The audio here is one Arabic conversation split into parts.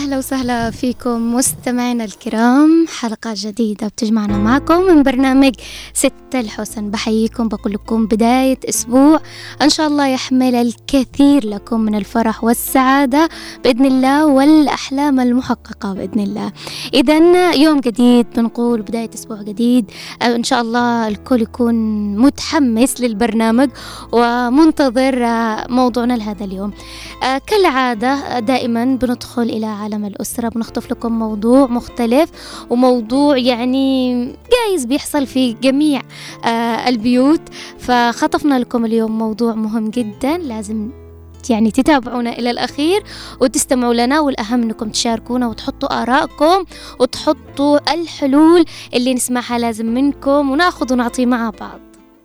أهلا وسهلا فيكم مستمعينا الكرام، حلقة جديدة بتجمعنا معكم من برنامج ست الحسن. بحييكم، بقول لكم بداية أسبوع إن شاء الله يحمل الكثير لكم من الفرح والسعادة بإذن الله والأحلام المحققة بإذن الله. إذن يوم جديد بنقول بداية أسبوع جديد، إن شاء الله الكل يكون متحمس للبرنامج ومنتظر موضوعنا لهذا اليوم. كالعادة دائما بندخل إلى عالم الأسرة، بنخطف لكم موضوع مختلف وموضوع يعني جايز بيحصل في جميع البيوت، فخطفنا لكم اليوم موضوع مهم جدا، لازم يعني تتابعونا إلى الأخير وتستمعوا لنا، والأهم أنكم تشاركونا وتحطوا آراءكم وتحطوا الحلول اللي نسمعها لازم منكم، ونأخذ ونعطي مع بعض.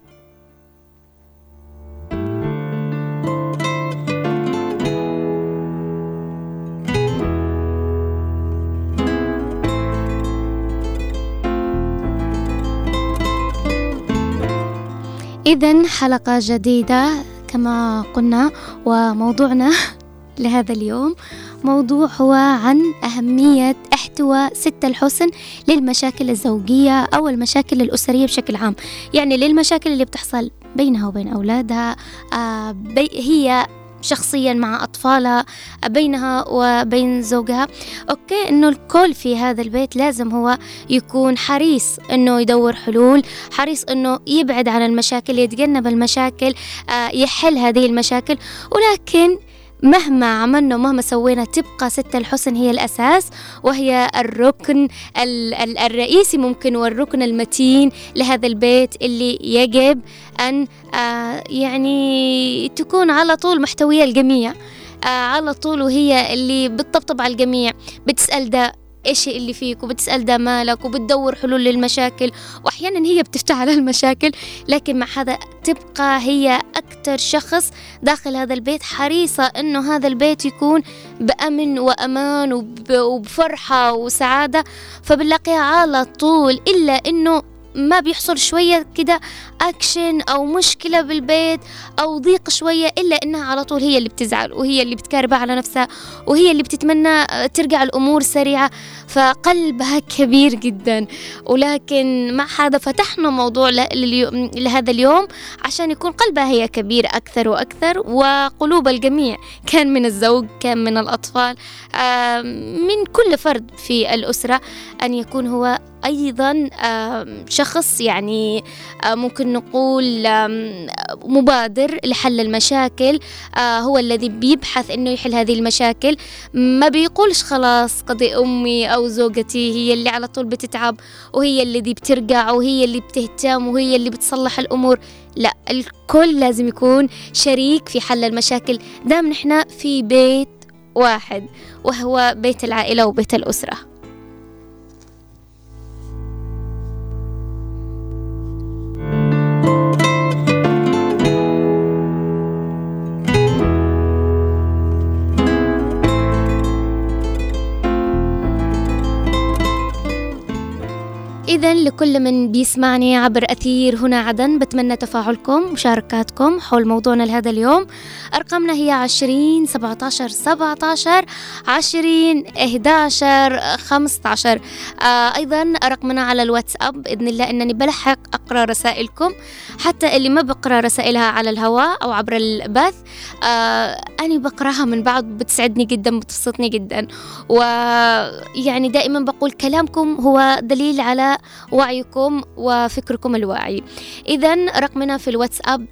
إذن حلقة جديدة كما قلنا، وموضوعنا لهذا اليوم موضوع هو عن أهمية احتواء ست الحسن للمشاكل الزوجية أو المشاكل الأسرية بشكل عام، يعني للمشاكل اللي بتحصل بينها وبين أولادها، هي شخصيا مع أطفالها، بينها وبين زوجها. أوكي، إنه الكل في هذا البيت لازم هو يكون حريص إنه يدور حلول، حريص إنه يبعد عن المشاكل، يتجنب المشاكل، يحل هذه المشاكل. ولكن مهما عملنا ومهما سوينا تبقى ست الحسن هي الأساس، وهي الركن الرئيسي ممكن والركن المتين لهذا البيت، اللي يجب أن يعني تكون على طول محتوية الجميع، على طول وهي اللي بتطبطب على الجميع، بتسأل ده إيش اللي فيك، وبتسأل ده مالك، وبتدور حلول للمشاكل، وأحيانا هي بتفتح على المشاكل، لكن مع هذا تبقى هي أكتر شخص داخل هذا البيت حريصة إنه هذا البيت يكون بأمن وأمان وبفرحة وسعادة، فبنلاقيها على طول، إلا إنه ما بيحصل شوية كده أكشن أو مشكلة بالبيت أو ضيق شوية، إلا إنها على طول هي اللي بتزعل، وهي اللي بتكاربها على نفسها، وهي اللي بتتمنى ترجع الأمور سريعة، فقلبها كبير جدا. ولكن مع هذا فتحنا موضوع لهذا اليوم عشان يكون قلبها هي كبير أكثر وأكثر، وقلوب الجميع، كان من الزوج، كان من الأطفال، من كل فرد في الأسرة، أن يكون هو أيضا شخص يعني ممكن نقول مبادر لحل المشاكل، هو الذي بيبحث إنه يحل هذه المشاكل، ما بيقولش خلاص قضي أمي أو زوجتي هي اللي على طول بتتعب، وهي اللي بترجع، وهي اللي بتهتم، وهي اللي بتصلح الأمور. لا، الكل لازم يكون شريك في حل المشاكل، دام نحن في بيت واحد وهو بيت العائلة وبيت الأسرة. إذن لكل من بيسمعني عبر أثير هنا عدن، بتمنى تفاعلكم ومشاركاتكم حول موضوعنا لهذا اليوم. أرقامنا هي 20 17 17 20 11 15. أيضا رقمنا على الواتساب بإذن الله أنني بلحق أقرأ رسائلكم، حتى اللي ما بقرأ رسائلها على الهواء أو عبر البث أنا بقرأها من بعض، بتسعدني جدا، بتبسطني جدا، ويعني دائما بقول كلامكم هو دليل على وعيكم وفكركم الواعي. إذن رقمنا في الواتساب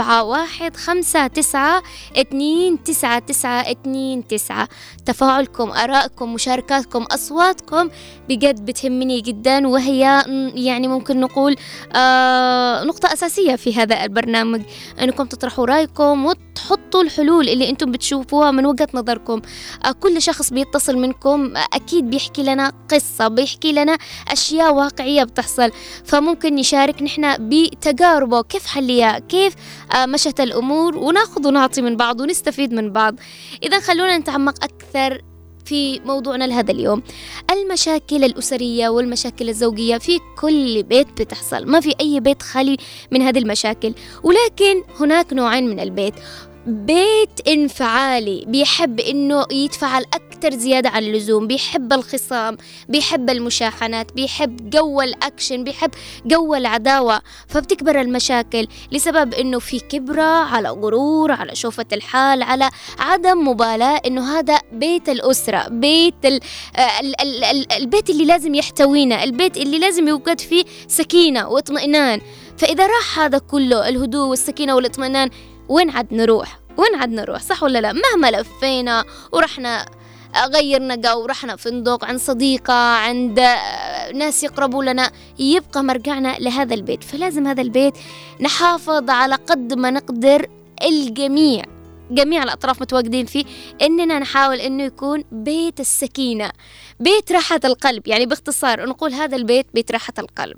7159929929. تفاعلكم، آرائكم، مشاركاتكم، أصواتكم بجد بتهمني جدا، وهي يعني ممكن نقول نقطة أساسية في هذا البرنامج، أنكم تطرحوا رأيكم وتحطوا الحلول اللي أنتم بتشوفوها من وجهة نظركم. كل شخص بيتصل منكم أكيد بيحكي لنا قصة، بيحكي لنا أشياء واقعية بتحصل، فممكن نشارك نحن بتجاربه، كيف حليها، كيف مشت الأمور، وناخذ ونعطي من بعض ونستفيد من بعض. إذا خلونا نتعمق أكثر في موضوعنا لهذا اليوم. المشاكل الأسرية والمشاكل الزوجية في كل بيت بتحصل، ما في أي بيت خالي من هذه المشاكل، ولكن هناك نوعين من البيت. بيت انفعالي بيحب إنه يتفعل أكتر زيادة عن اللزوم، بيحب الخصام، بيحب المشاحنات، بيحب جو الأكشن، بيحب جو العداوة. فبتكبر المشاكل لسبب إنه في كبرة، على غرور، على شوفة الحال، على عدم مبالاة إنه هذا بيت الأسرة، بيت البيت اللي لازم يحتوينا، البيت اللي لازم يوجد فيه سكينة واطمئنان. فإذا راح هذا كله، الهدوء والسكينة والاطمئنان، وين عد نروح؟ صح ولا لا؟ مهما لفينا ورحنا غيرنا جو، ورحنا فندق، عند صديقة، عند ناس يقربوا لنا، يبقى مرجعنا لهذا البيت. فلازم هذا البيت نحافظ على قد ما نقدر، جميع الأطراف متواجدين فيه، إننا نحاول إنه يكون بيت السكينة، بيت راحة القلب. يعني باختصار نقول هذا البيت بيت راحة القلب.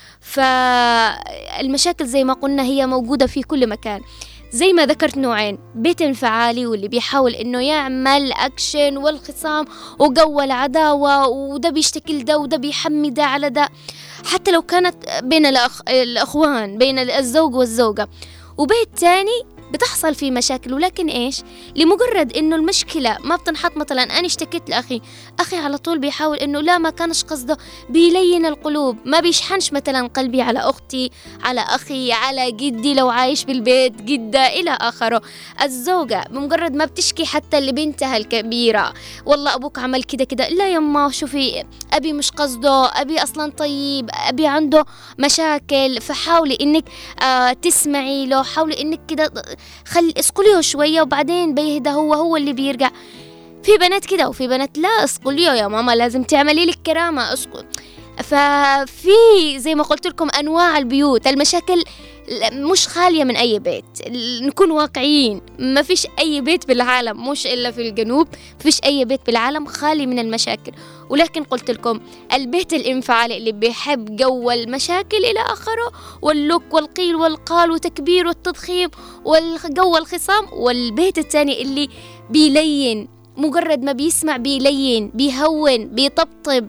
فالمشاكل زي ما قلنا هي موجودة في كل مكان. زي ما ذكرت نوعين، بيت انفعالي واللي بيحاول انه يعمل اكشن والخصام وجو العداوة، وده بيشتكل ده وده بيحمي ده على ده، حتى لو كانت بين الأخوان، بين الزوج والزوجة. وبيت تاني بتحصل فيه مشاكل، ولكن إيش؟ لمجرد إنه المشكلة ما بتنحط. مثلا أنا اشتكيت لأخي، أخي على طول بيحاول إنه لا، ما كانش قصده، بيلين القلوب، ما بيشحنش مثلا قلبي على أختي، على أخي، على جدي لو عايش بالبيت، جدة، إلى آخره. الزوجة بمجرد ما بتشكي حتى لبنتها الكبيرة، والله أبوك عمل كده كده، لا يما شوفي أبي مش قصده، أبي أصلا طيب، أبي عنده مشاكل. فحاولي إنك تسمعي له، حاولي إنك كده اسقليه شوية، وبعدين بيهدى، هو اللي بيرجع. في بنات كده وفي بنات لا، اسقليه يا ماما، لازم تعملي لك كرامة، اسقل. ففي زي ما قلت لكم أنواع البيوت، المشاكل مش خالية من أي بيت. نكون واقعيين، ما فيش أي بيت بالعالم، مش إلا في الجنوب، فيش أي بيت بالعالم خالي من المشاكل. ولكن قلت لكم البيت الانفعالي اللي بيحب جو المشاكل إلى آخره، واللوك والقيل والقال وتكبير والتضخيم والجو الخصام. والبيت الثاني اللي بيلين، مجرد ما بيسمع بيلين، بيهون، بيطبطب،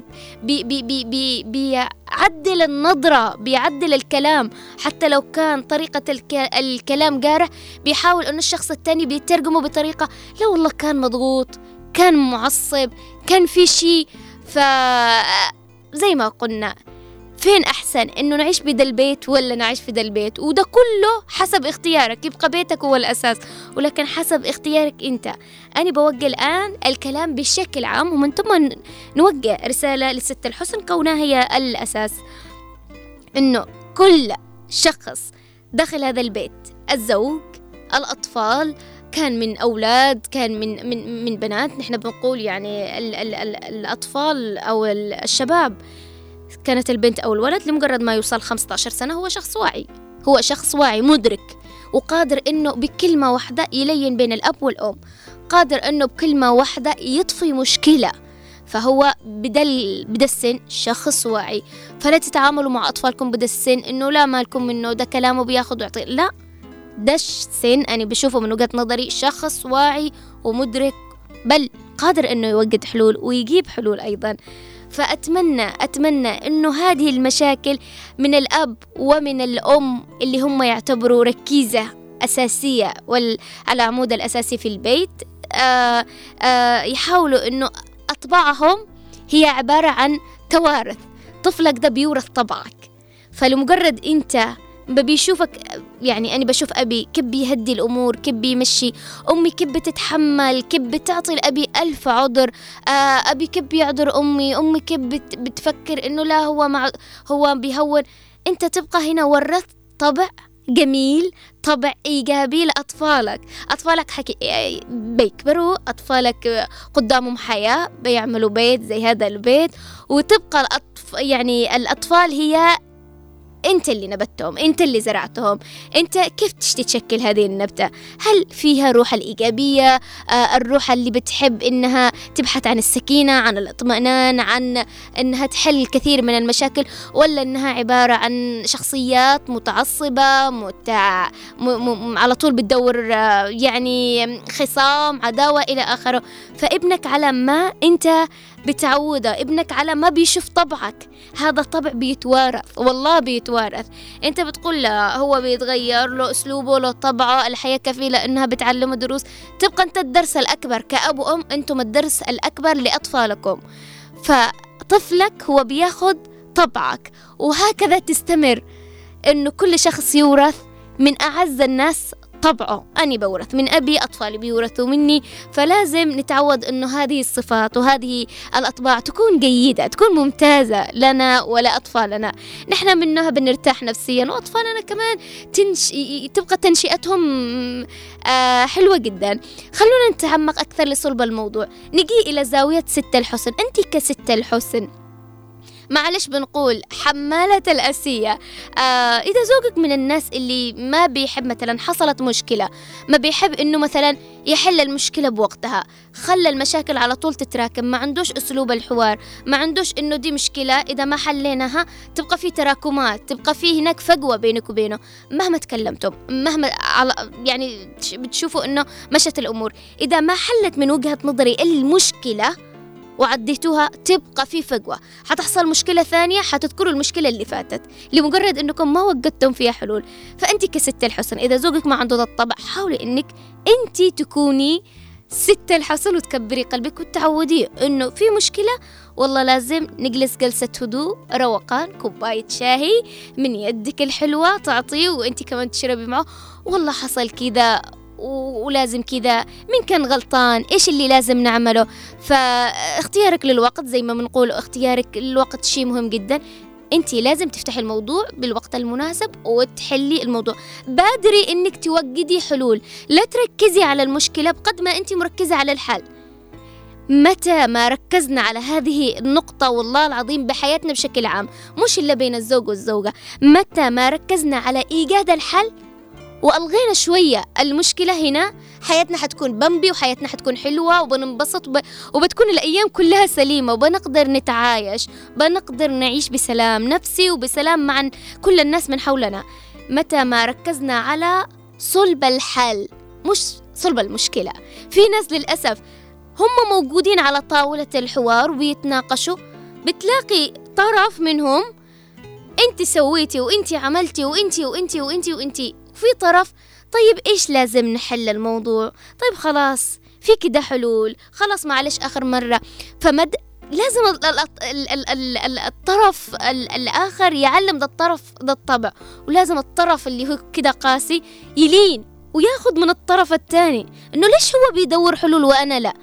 بيعدل النظرة، بيعدل الكلام، حتى لو كان طريقة الكلام جارح، بيحاول أن الشخص التاني بيترجمه بطريقة لا والله كان مضغوط، كان معصب، كان في شيء. فزي ما قلنا، فين أحسن، إنه نعيش بدا البيت ولا نعيش في دا البيت؟ وده كله حسب اختيارك، يبقى بيتك هو الأساس، ولكن حسب اختيارك أنت. أنا بوجه الآن الكلام بشكل عام، ومن ثم نوجه رسالة لست الحسن كونها هي الأساس، إنه كل شخص داخل هذا البيت، الزوج، الأطفال، كان من أولاد، كان من بنات، نحن بنقول يعني الأطفال أو الشباب، كانت البنت أو الولد، لمجرد ما يوصل 15 سنة هو شخص واعي مدرك، وقادر إنه بكلمة واحدة يلين بين الأب والأم، قادر إنه بكلمة واحدة يطفي مشكلة. فهو بدا السن شخص واعي. فلا تتعاملوا مع أطفالكم بدا السن إنه لا مالكم منه، ده كلامه بياخد ويعطي، لا، ده السن أنا بشوفه من وجهة نظري شخص واعي ومدرك، بل قادر إنه يوجد حلول ويجيب حلول أيضا. فأتمنى إنه هذه المشاكل من الأب ومن الأم اللي هم يعتبروا ركيزة أساسية والعمود الأساسي في البيت، يحاولوا إنه أطباعهم هي عبارة عن توارث. طفلك ده بيورث طبعك، فلمجرد أنت بيشوفك، يعني أنا بشوف أبي كيف بيهدي الأمور، كيف بيمشي، أمي كيف بتتحمل، كيف بتعطي لأبي 1000 عذر، أبي كيف بيعذر أمي كيف بتفكر إنه لا هو بيهون. أنت تبقى هنا ورثت طبع جميل، طبع إيجابي لأطفالك. بيكبروا أطفالك قدامهم حياة، بيعملوا بيت زي هذا البيت، وتبقى يعني الأطفال هي أنت اللي نبتهم، أنت اللي زرعتهم. أنت كيف تشكل هذه النبتة؟ هل فيها روح الإيجابية، الروح اللي بتحب إنها تبحث عن السكينة، عن الاطمئنان، عن إنها تحل الكثير من المشاكل، ولا إنها عبارة عن شخصيات متعصبة على طول بتدور يعني خصام، عداوة إلى آخره؟ فابنك على ما أنت بتعوده، ابنك على ما بيشوف طبعك، هذا طبع بيتوارث، والله بيتوارث. انت بتقول لا هو بيتغير، له اسلوبه، له طبعه، الحياة كفيلة انها بتعلمه دروس. تبقى انت الدرس الاكبر كأب وام، انتم الدرس الاكبر لاطفالكم. فطفلك هو بياخد طبعك، وهكذا تستمر، انه كل شخص يورث من اعز الناس طبعه. أنا بورث من أبي، أطفالي بيورثوا مني، فلازم نتعود أنه هذه الصفات وهذه الأطباع تكون جيدة، تكون ممتازة لنا ولا أطفالنا. نحن منها بنرتاح نفسيا، وأطفالنا كمان تبقى تنشئتهم حلوة جدا. خلونا نتعمق أكثر لصلب الموضوع، نجي إلى زاوية ست الحسن. أنت كست الحسن، معلش بنقول حمالة الأسية. إذا زوجك من الناس اللي ما بيحب، مثلا حصلت مشكلة، ما بيحب إنه مثلا يحل المشكلة بوقتها، خلى المشاكل على طول تتراكم، ما عندوش أسلوب الحوار، ما عندوش إنه دي مشكلة إذا ما حليناها تبقى في تراكمات، تبقى في هناك فجوة بينك وبينه، مهما تكلمتم، مهما يعني بتشوفوا إنه مشت الأمور، إذا ما حلت من وجهة نظري المشكلة وعديتوها تبقى في فجوة، حتحصل مشكلة ثانية حتذكروا المشكلة اللي فاتت لمجرد أنكم ما وجدتم فيها حلول. فأنت كست الحسن، إذا زوجك ما عنده ذا الطبع، حاولي أنك أنت تكوني ست الحسن وتكبري قلبك وتعوديه أنه في مشكلة والله لازم نجلس جلسة هدوء، روقان، كوباية شاهي من يدك الحلوة تعطيه وأنت كمان تشربي معه، والله حصل كذا ولازم كذا، من كان غلطان، إيش اللي لازم نعمله. فاختيارك للوقت، زي ما بنقول اختيارك للوقت شيء مهم جدا. انتي لازم تفتحي الموضوع بالوقت المناسب وتحلي الموضوع، بادري انك توجدي حلول، لا تركزي على المشكلة بقد ما انتي مركزة على الحل. متى ما ركزنا على هذه النقطة والله العظيم بحياتنا بشكل عام، مش إلا بين الزوج والزوجة، متى ما ركزنا على إيجاد الحل وألغينا شوية المشكلة، هنا حياتنا حتكون بمبي وحياتنا حتكون حلوة وبننبسط وبتكون الأيام كلها سليمة، وبنقدر نتعايش، بنقدر نعيش بسلام نفسي وبسلام مع كل الناس من حولنا. متى ما ركزنا على صلب الحل مش صلب المشكلة. في ناس للأسف هم موجودين على طاولة الحوار ويتناقشوا، بتلاقي طرف منهم انت سويتي وانت عملتي وانت وانت وانت وانت، في طرف طيب إيش لازم نحل الموضوع، طيب خلاص في كده حلول، خلاص معلش آخر مرة. لازم الطرف الآخر يعلم ذا الطرف ذا الطبع، ولازم الطرف اللي هو كده قاسي يلين وياخد من الطرف الثاني إنه ليش هو بيدور حلول وأنا لا.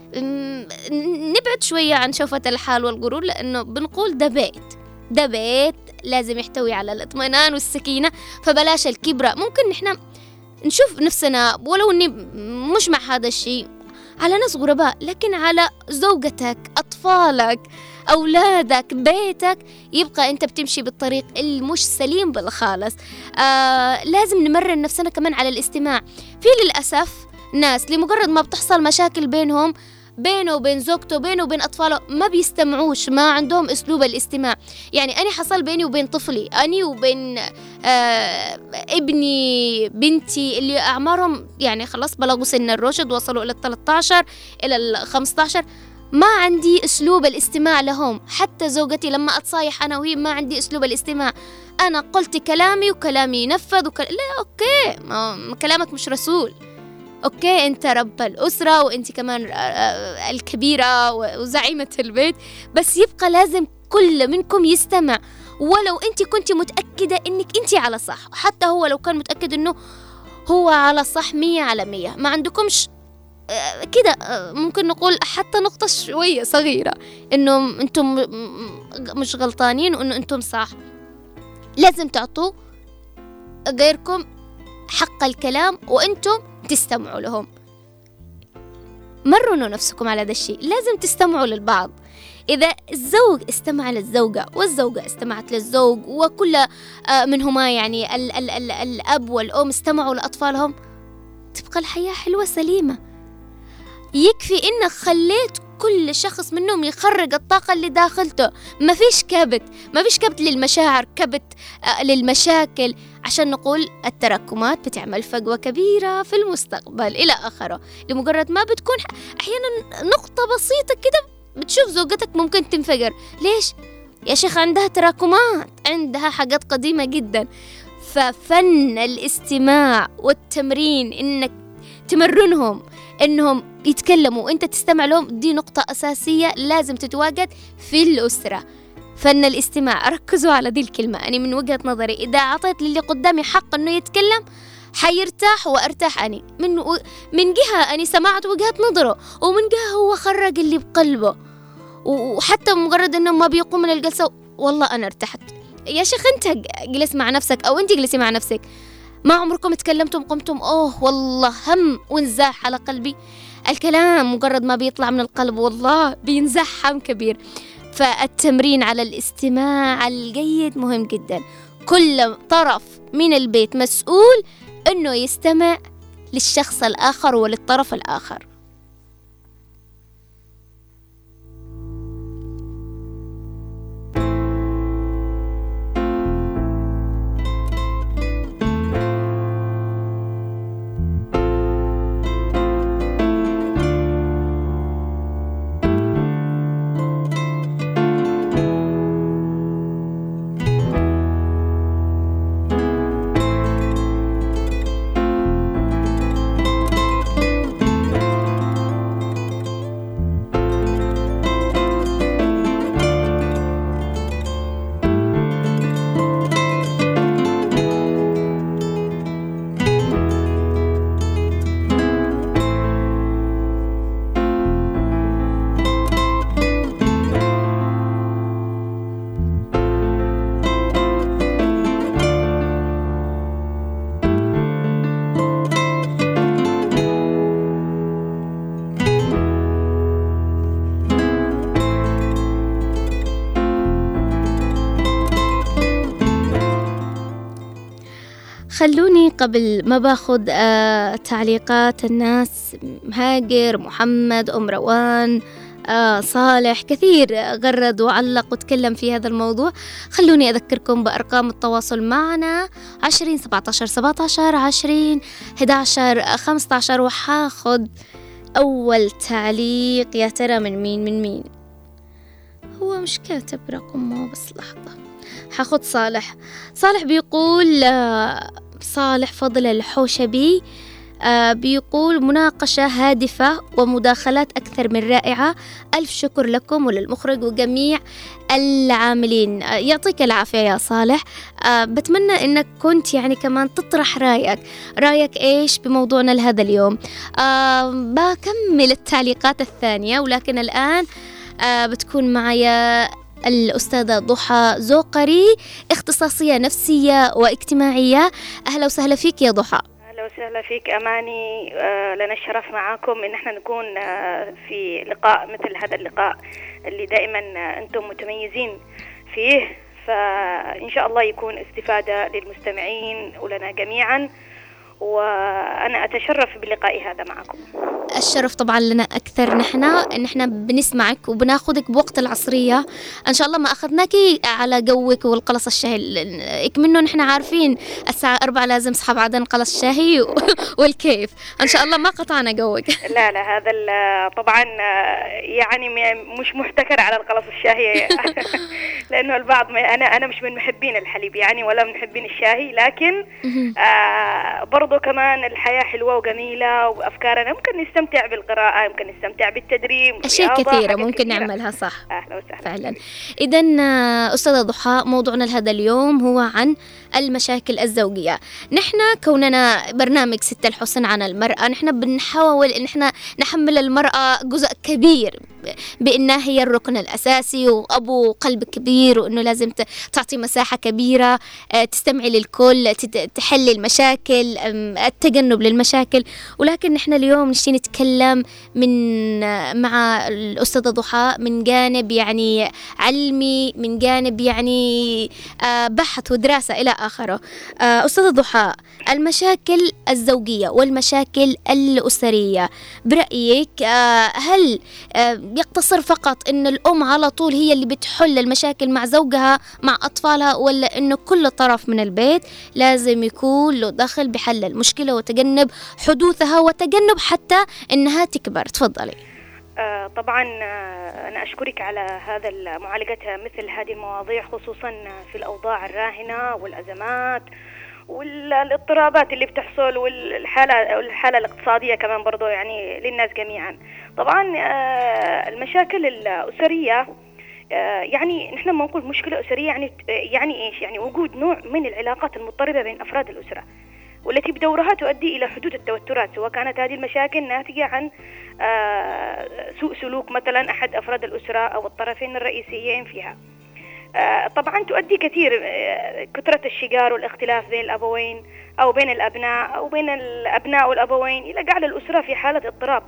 نبعد شوية عن شوفة الحال والغرور، لأنه بنقول ده بيت لازم يحتوي على الاطمئنان والسكينة، فبلاش الكبرة. ممكن نحن نشوف نفسنا ولو اني مش مع هذا الشيء على ناس غرباء، لكن على زوجتك، أطفالك، أولادك، بيتك، يبقى أنت بتمشي بالطريق المش سليم بالخالص. لازم نمرن نفسنا كمان على الاستماع. في للأسف ناس لمجرد ما بتحصل مشاكل بينهم، بينه وبين زوجته، بينه وبين أطفاله، ما بيستمعوش، ما عندهم أسلوب الاستماع. يعني أنا حصل بيني وبين طفلي، أنا وبين ابني بنتي اللي أعمارهم يعني خلاص بلغوا سن الرشد، وصلوا إلى 13 إلى 15، ما عندي أسلوب الاستماع لهم. حتى زوجتي لما أتصايح أنا وهي ما عندي أسلوب الاستماع. أنا قلت كلامي وكلامي ينفذ لا أوكي، كلامك مش رسول. أوكي أنت رب الأسرة وأنت كمان الكبيرة وزعيمة البيت، بس يبقى لازم كل منكم يستمع، ولو أنت كنت متأكدة أنك أنت على صح، حتى هو لو كان متأكد أنه هو على صح 100/100، ما عندكمش كده ممكن نقول حتى نقطة شوية صغيرة أنه أنتم مش غلطانين وأنه أنتم صح. لازم تعطوا غيركم حق الكلام وأنتم تستمعوا لهم. مرنوا نفسكم على هذا الشيء، لازم تستمعوا للبعض. إذا الزوج استمع للزوجة والزوجة استمعت للزوج، وكل منهما يعني الأب والأم استمعوا لأطفالهم، تبقى الحياة حلوة سليمة. يكفي إنك خليت كل شخص منهم يخرج الطاقة اللي داخلته، ما فيش كبت للمشاعر، كبت للمشاكل، عشان نقول التراكمات بتعمل فجوة كبيرة في المستقبل إلى آخره. لمجرد ما بتكون أحيانا نقطة بسيطة كده بتشوف زوجتك ممكن تنفجر. ليش؟ يا شيخ عندها تراكمات، عندها حاجات قديمة جدا. ففن الاستماع والتمرين، إنك تمرنهم إنهم يتكلموا وإنت تستمع لهم، دي نقطة أساسية لازم تتواجد في الأسرة. فن الاستماع، ركزوا على دي الكلمة. أنا من وجهة نظري إذا أعطيت للي قدامي حق إنه يتكلم حيرتاح وأرتاح أني من جهة أني سمعت وجهة نظره، ومن جهة هو خرج اللي بقلبه، وحتى مجرد إنه ما بيقوم من الجلسة والله أنا ارتحت. يا شيخ أنت جلس مع نفسك أو أنت جلسي مع نفسك، ما عمركم تكلمتم قمتم أوه والله هم وانزاح على قلبي؟ الكلام مجرد ما بيطلع من القلب والله بينزح هم كبير. فالتمرين على الاستماع الجيد مهم جدا. كل طرف من البيت مسؤول إنه يستمع للشخص الآخر وللطرف الآخر. خلوني قبل ما باخذ تعليقات الناس، هاجر، محمد، أم روان، صالح، كثير غرد وعلق وتكلم في هذا الموضوع. خلوني أذكركم بأرقام التواصل معنا 20 17 17 20 11 15. وحاخذ أول تعليق، يا ترى من مين؟ هو مش كاتب رقمه، بس لحظة حاخذ صالح بيقول صالح فضل الحوشبي بيقول مناقشة هادفة ومداخلات أكثر من رائعة. ألف شكر لكم وللمخرج وجميع العاملين، يعطيك العافية يا صالح. بتمنى أنك كنت يعني كمان تطرح رأيك إيش بموضوعنا لهذا اليوم. بكمل التعليقات الثانية، ولكن الآن بتكون معي الأستاذة ضحى زوقري، اختصاصية نفسية واجتماعية. أهلا وسهلا فيك يا ضحى. أهلا وسهلا فيك أماني. لنا الشرف معاكم إن احنا نكون في لقاء مثل هذا اللقاء اللي دائما أنتم متميزين فيه، فإن شاء الله يكون استفادة للمستمعين ولنا جميعا، وأنا أتشرف بلقائي هذا معكم. الشرف طبعا لنا أكثر، نحن بنسمعك وبناخدك بوقت العصرية. إن شاء الله ما أخذناكي على جوك والقلص الشاهي، منه نحن عارفين الساعة 4 لازم صحاب عدن قلص شاهي والكيف. إن شاء الله ما قطعنا جوك. لا هذا طبعا يعني مش محتكر على القلص الشاهي لأنه البعض أنا مش من محبين الحليب يعني ولا من محبين الشاهي، لكن برضو كمان الحياة حلوة وجميلة وأفكارنا ممكن نستمتع بالقراءة، ممكن نستمتع بالتدريب، أشياء كثيرة ممكن نعملها. صح. أهلا وسهلا فعلا. إذن أستاذة ضحى، موضوعنا لهذا اليوم هو عن المشاكل الزوجية. نحن كوننا برنامج ست الحسن عن المرأة، نحن بنحاول إن نحن نحمل المرأة جزء كبير بأنها هي الركن الأساسي وأبو قلب كبير، وأنه لازم تعطي مساحة كبيرة، تستمعي للكل، تحل المشاكل، التجنب للمشاكل. ولكن نحن اليوم نشتي نتكلم مع الأستاذة ضحى من جانب يعني علمي، من جانب يعني بحث ودراسة إلى آخره. أستاذة ضحى، المشاكل الزوجية والمشاكل الأسرية برأيك هل يقتصر فقط إن الأم على طول هي اللي بتحل المشاكل مع زوجها مع أطفالها، ولا إنه كل طرف من البيت لازم يكون له دخل بحل المشكلة وتجنب حدوثها وتجنب حتى إنها تكبر؟ تفضلي. طبعا أنا أشكرك على هذا معالجة مثل هذه المواضيع، خصوصا في الأوضاع الراهنة والأزمات والاضطرابات اللي بتحصل، والحالة الاقتصادية كمان برضو يعني للناس جميعا. طبعا المشاكل الأسرية، يعني نحن ما نقول مشكلة أسرية يعني إيش؟ يعني وجود نوع من العلاقات المضطربة بين أفراد الأسرة، والتي بدورها تؤدي إلى حدوث التوترات، سواء كانت هذه المشاكل ناتجة عن سوء سلوك مثلا أحد أفراد الأسرة أو الطرفين الرئيسيين فيها. طبعا تؤدي كثرة الشجار والاختلاف بين الأبوين أو بين الأبناء أو بين الأبناء والأبوين إلى جعل الأسرة في حالة اضطراب،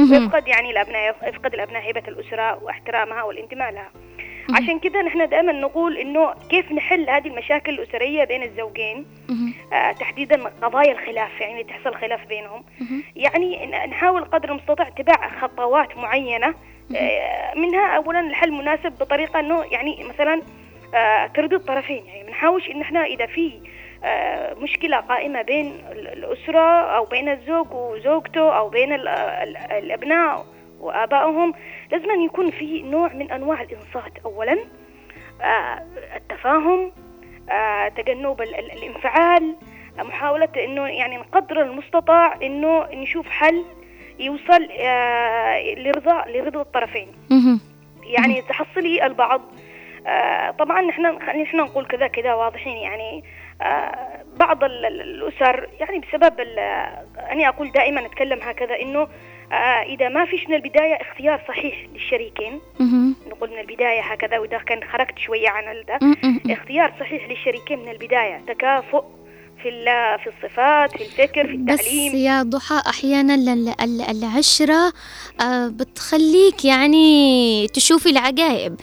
ويفقد الأبناء هيبة الأسرة واحترامها والانتماء لها. عشان كده نحن دائما نقول إنه كيف نحل هذه المشاكل الأسرية بين الزوجين، تحديدا قضايا الخلاف، يعني تحصل خلاف بينهم، يعني نحاول قدر المستطاع اتباع خطوات معينة، منها أولا الحل مناسب بطريقة إنه يعني مثلا ترضي الطرفين. يعني بنحاولش إن إحنا إذا في مشكلة قائمة بين الأسرة أو بين الزوج وزوجته أو بين الأبناء وآبائهم، لازم أن يكون في نوع من أنواع الإنصات. أولا التفاهم، تجنب الانفعال، محاولة إنه يعني قدر المستطاع إنه نشوف حل يوصل لرضا الطرفين، يعني تحصلي البعض. طبعا نحن نقول كذا واضحين، يعني بعض الأسر يعني بسبب أنا أقول دائما أتكلم هكذا إنه إذا ما فيش من البداية اختيار صحيح للشريكين، نقول من البداية هكذا، وإذا كان خرجت شوية عن ده، اختيار صحيح للشريكين من البداية، تكافؤ في الصفات، في الفكر، في التعليم. بس يا ضحى أحيانا العشرة بتخليك يعني تشوفي العجائب.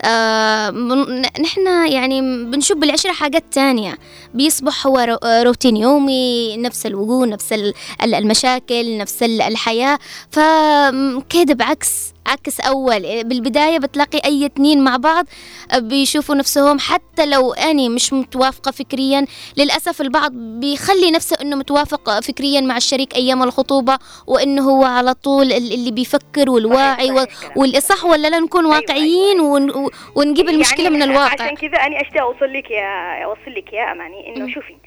نحن يعني بنشوف بالعشرة حاجات تانية، بيصبح هو روتين يومي، نفس الوجود، نفس المشاكل، نفس الحياة. فكده عكس أول بالبداية بتلاقي أي اتنين مع بعض بيشوفوا نفسهم، حتى لو أنا مش متوافقة فكريا، للأسف البعض بيخلي نفسه أنه متوافق فكريا مع الشريك أيام الخطوبة، وأنه هو على طول اللي بيفكر والواعي والإصح، ولا لا نكون واقعيين ونجيب المشكلة يعني من الواقع. عشان كذا أنا أشتاق أوصل لك يا أماني إنه شوفي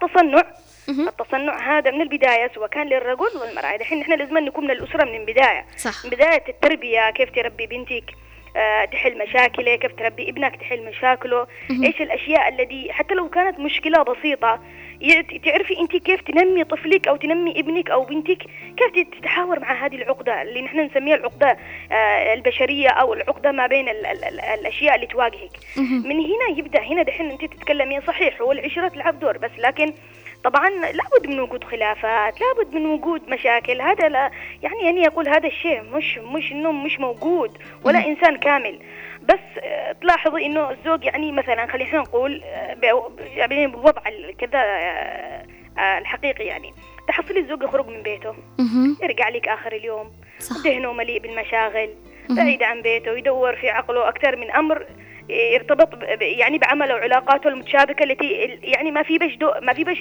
التصنع هذا من البداية، سواء كان للرجل والمرأة. الحين نحن لازم نكون من الأسرة من البداية، من بداية التربية، كيف تربي بنتك تحل مشاكله، كيف تربي ابنك تحل مشاكله، ايش الاشياء التي حتى لو كانت مشكلة بسيطة تعرفي انت كيف تنمي طفلك او تنمي ابنك او بنتك، كيف تتحاور مع هذه العقدة اللي نحن نسميها العقدة البشرية او العقدة ما بين الاشياء اللي تواجهك. من هنا يبدأ، هنا دحين انت تتكلمين صحيح، والعشرة تلعب دور، بس لكن طبعا لابد من وجود خلافات، لابد من وجود مشاكل. هذا لا يعني أني أقول هذا الشيء مش إنه مش موجود ولا إنسان كامل، بس تلاحظي إنه الزوج يعني مثلا خلينا نقول يعني بوضع كذا الحقيقي، يعني تحصلي الزوج يخرج من بيته، يرجع لك آخر اليوم ذهنه مليء بالمشاغل، بعيد عن بيته، يدور في عقله أكثر من أمر يرتبط يعني بعمله وعلاقاته المتشابكة التي يعني ما في بش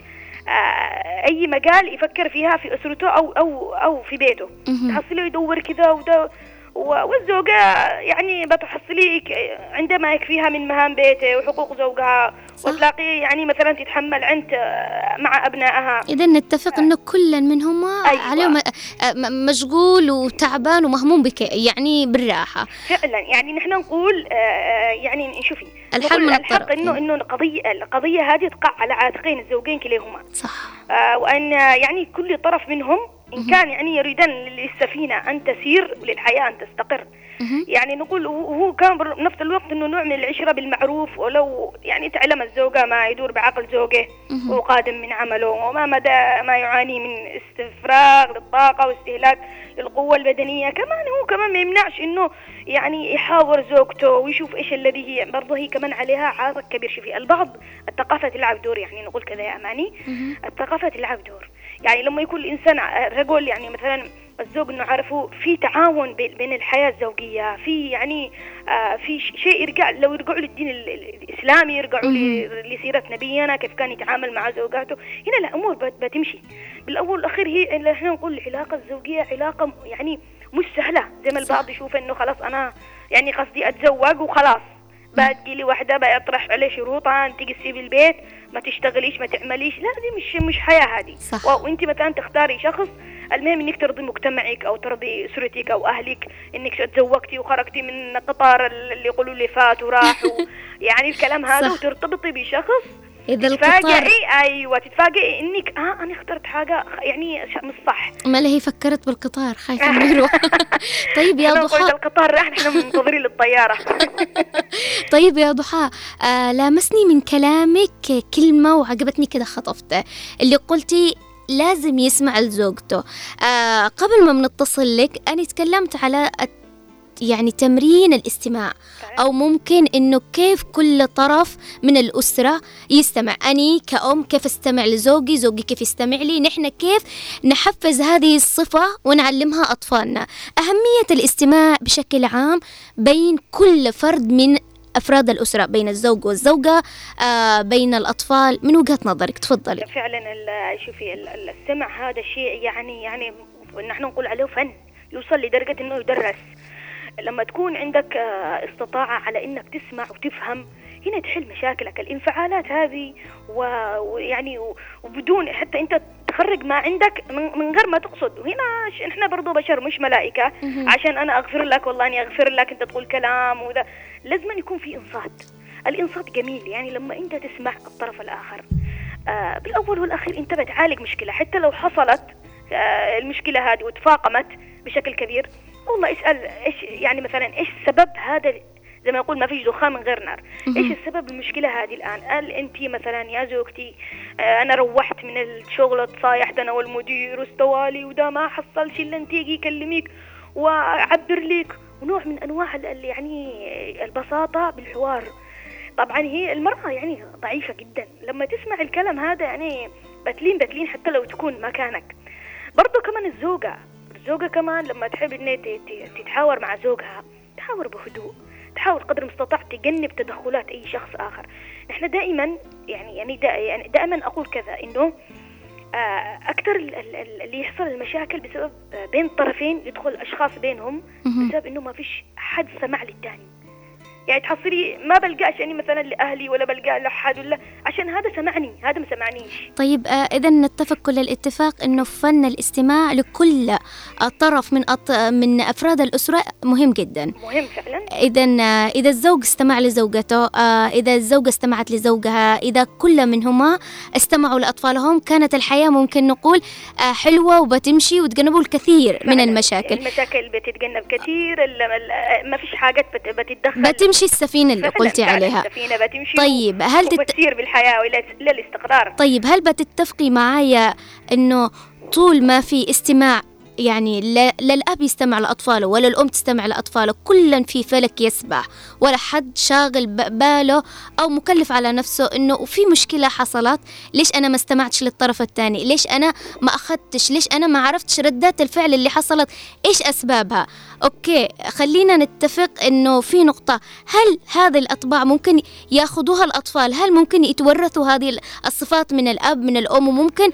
أي مجال يفكر فيها في أسرته أو في بيته. تحصله يدور كذا والزوجة يعني بتحصلي عندما يكفيها من مهام بيته وحقوق زوجها، وتلاقي يعني مثلا تتحمل عنت مع أبنائها. إذا نتفق أنه كل منهما عليهم مشغول وتعبان ومهموم بك يعني بالراحة فعلا. يعني نحن نقول يعني شوفي الحق إنه القضية هذه تقع على عاتقين الزوجين كليهما، صح. وأن يعني كل طرف منهم إن كان يعني يريدان للسفينة أن تسير وللحياة أن تستقر، يعني نقول هو كان بنفس الوقت إنه نوع من العشرة بالمعروف، ولو يعني تعلم الزوجة ما يدور بعقل زوجه وهو قادم من عمله، وما مدى ما يعاني من استفراغ للطاقة واستهلاك للقوة البدنية، كمان ما يمنعش إنه يعني يحاور زوجته ويشوف إيش الذي هي برضه هي كمان عليها عاتق كبير. شوفي البعض الثقافة تلعب دور، يعني نقول كذا يا أماني، الثقافة تلعب دور. يعني لما يكون الإنسان رجل، يعني مثلا الزوج إنه عارفه في تعاون بين الحياة الزوجية، في يعني في شيء لو يرجعوا للدين الإسلامي، يرجعوا لسيرة نبينا كيف كان يتعامل مع زوجاته، هنا الأمور بتمشي. بالأول والأخير هي اللي احنا نقول العلاقة الزوجية علاقة يعني مش سهلة زي ما البعض يشوف إنه خلاص أنا يعني قصدي أتزوج وخلاص بقى تجيلي واحدة بقى أطرح عليه شروطها، أنت تسيبي البيت ما تشتغليش ما تعمليش، لا دي مش حياة هذه. وأنت مثلا تختاري شخص المهم إنك ترضي مجتمعك أو ترضي أسرتك أو أهلك، إنك تزوجتي وخرجتي من قطار اللي يقولوا لي فات وراح يعني الكلام هذا، وترتبطي بشخص إذا القطار أيوة تتفاجئي إنك أنا اخترت حاجة يعني مش صح. ما هي فكرت بالقطار خايفة إنه يروح. طيب يا ضحى القطار راح نحن منتظرين للطيارة. طيب يا ضحى لامسني من كلامك كلمة وعجبتني كده خطفته، اللي قلتي لازم يسمع لزوجته. قبل ما بنتصل لك أنا تكلمت على يعني تمرين الاستماع، أو ممكن إنه كيف كل طرف من الأسرة يستمع. أني كأم كيف استمع لزوجي، زوجي كيف يستمع لي، نحن كيف نحفز هذه الصفة ونعلمها أطفالنا. أهمية الاستماع بشكل عام بين كل فرد من أفراد الأسرة، بين الزوج والزوجة، بين الأطفال، من وجهة نظرك تفضلي. فعلا شوفي السمع هذا شيء يعني نحن نقول عليه فن، يوصل لدرجة إنه يدرس. لما تكون عندك استطاعة على إنك تسمع وتفهم، هنا تحل مشاكلك. الانفعالات هذه ويعني وبدون حتى أنت تخرج ما عندك من غير ما تقصد. وهنا إحنا برضو بشر مش ملائكة عشان أنا أغفر لك والله أني أغفر لك أنت تقول كلام وذا. لازم يكون في إنصات. الإنصات جميل، يعني لما أنت تسمع الطرف الآخر بالأول والأخير أنت بتعالج مشكلة. حتى لو حصلت المشكلة هذه وتفاقمت بشكل كبير، والله اسأل إيش يعني مثلا إيش سبب هذا، زي ما يقول ما فيش دخان من غير نار. إيش السبب المشكلة هذه الآن؟ قال أنت مثلا يا زوجتي أنا روحت من الشغل تصايحت أنا والمدير واستوالي وده ما حصلش إلا أنت يجي يكلميك وعبر ليك، ونوع من أنواع يعني البساطة بالحوار. طبعا هي المرأة يعني ضعيفة جدا، لما تسمع الكلام هذا يعني بتلين حتى لو تكون مكانك. برضو كمان الزوجة كمان لما تحب إن تتحاور مع زوجها، تحاور بهدوء، تحاول قدر المستطاع تجنب تدخلات أي شخص آخر. إحنا دائما دائما أقول كذا إنه أكثر اللي يحصل المشاكل بسبب بين الطرفين، يدخل أشخاص بينهم بسبب إنه ما فيش حد سمع للتاني. يعني تحصلي ما بلقاش يعني مثلا لأهلي ولا بلقى لأحد ولا عشان هذا سمعني هذا ما سمعنيش. طيب إذا نتفق كل الاتفاق إنه فن الاستماع لكل طرف من أفراد الأسرة مهم جدا. مهم فعلا. إذا الزوج استمع لزوجته، إذا الزوجة استمعت لزوجها، إذا كل منهما استمعوا لأطفالهم، كانت الحياة ممكن نقول حلوة وبتمشي وتجنبوا الكثير من المشاكل. المشاكل بتتجنب كثير، ما فيش حاجات بتتدخل، بتمشي السفينة اللي قلتي عليها. السفينة بتمشي. طيب هل بتسير بالحياة إلى الاستقرار. طيب هل بتتفقي معايا إنه طول ما في استماع، يعني لا الأب يستمع لأطفاله ولا الأم تستمع لأطفاله، كلا في فلك يسبح، ولا حد شاغل باله أو مكلف على نفسه إنه في مشكلة حصلت، ليش أنا ما استمعتش للطرف الثاني، ليش أنا ما أخذتش، ليش أنا ما عرفتش ردات الفعل اللي حصلت إيش أسبابها. أوكي خلينا نتفق إنه في نقطة، هل هذه الأطباع ممكن يأخذوها الأطفال؟ هل ممكن يتورثوا هذه الصفات من الأب من الأم، وممكن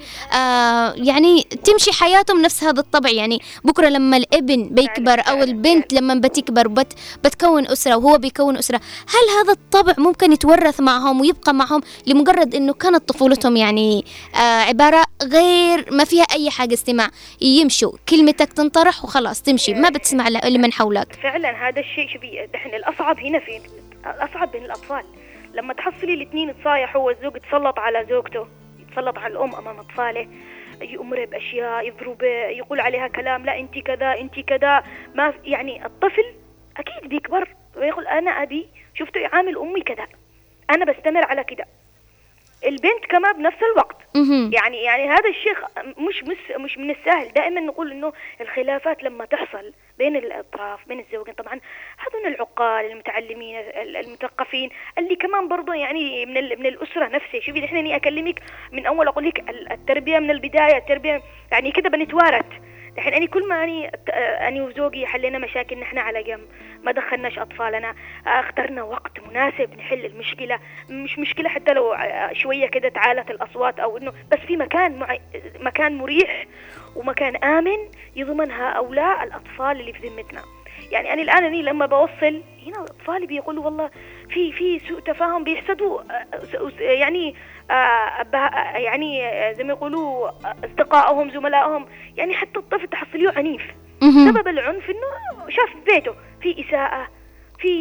يعني تمشي حياتهم نفس هذا الطبع؟ يعني بكرة لما الابن بيكبر أو البنت لما بتكبر بتكون أسرة وهو بيكون أسرة، هل هذا الطبع ممكن يتورث معهم ويبقى معهم لمجرد إنه كانت طفولتهم يعني عبارة غير ما فيها أي حاجة استماع، يمشوا كلمتك تنطرح وخلاص تمشي ما بتسمع لمن حولك. فعلا هذا الشيء شوفي دحين الأصعب هنا فين؟ الأصعب بين الأطفال، لما تحصلي الاثنين تصايحوا والزوج يتسلط على زوجته، يتسلط على الأم أمام أطفاله، يأمر بأشياء، يضرب، يقول عليها كلام، لا أنت كذا أنت كذا، ما يعني الطفل أكيد بيكبر ويقول أنا أبي شفته يعامل أمي كذا، أنا بستمر على كذا. البنت كمان بنفس الوقت. يعني هذا الشيء مش من السهل. دائما نقول إنه الخلافات لما تحصل بين الأطراف بين الزوجين، طبعا هذول العقال المتعلمين المثقفين اللي كمان برضو يعني من الأسرة نفسها. شوفي احنا اني اكلمك من اول اقول لك التربية من البداية، التربية يعني كده بنتوارث. الحين أنا كل ما أني وزوجي حلينا مشاكل نحن على جنب، ما دخلناش أطفالنا، اخترنا وقت مناسب نحل المشكلة، مش مشكلة حتى لو شوية كده تعالت الأصوات أو إنه بس في مكان مريح ومكان آمن يضمن هؤلاء الأطفال اللي في ذمتنا. يعني أنا الآن لما بوصل هنا أطفالي بيقولوا والله في سوء تفاهم، بيحسدوا يعني يعني زي ما يقولوا أصدقائهم زملائهم، يعني حتى الطفل تحصليه عنيف. سبب العنف إنه شاف في بيته في إساءة، في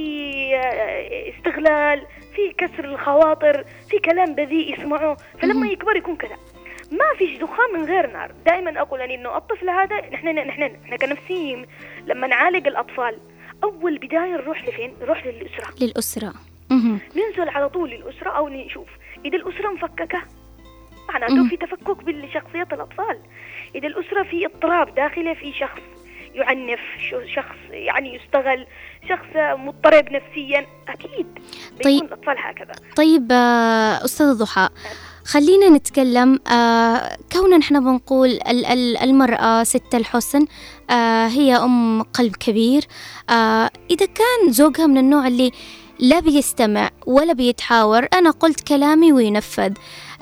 استغلال، في كسر الخواطر، في كلام بذيء يسمعه، فلما يكبر يكون كذا. ما فيش دخان من غير نار. دائما أقول إنه الطفل هذا نحن كنفسيين لما نعالج الأطفال أول بداية نروح لفين؟ نروح للأسرة. ننزل على طول للأسرة أو نشوف إذا الأسرة مفككة معناته في تفكك بالشخصية الأطفال. إذا الأسرة في اضطراب داخلي، في شخص يعنف، شخص يعني يستغل، شخص مضطرب نفسيا، أكيد بيكون الأطفال هكذا. طيب أستاذة ضحى، خلينا نتكلم كوننا نحن بنقول المرأة ست الحسن، هي أم قلب كبير. إذا كان زوجها من النوع اللي لا بيستمع ولا بيتحاور، أنا قلت كلامي وينفذ،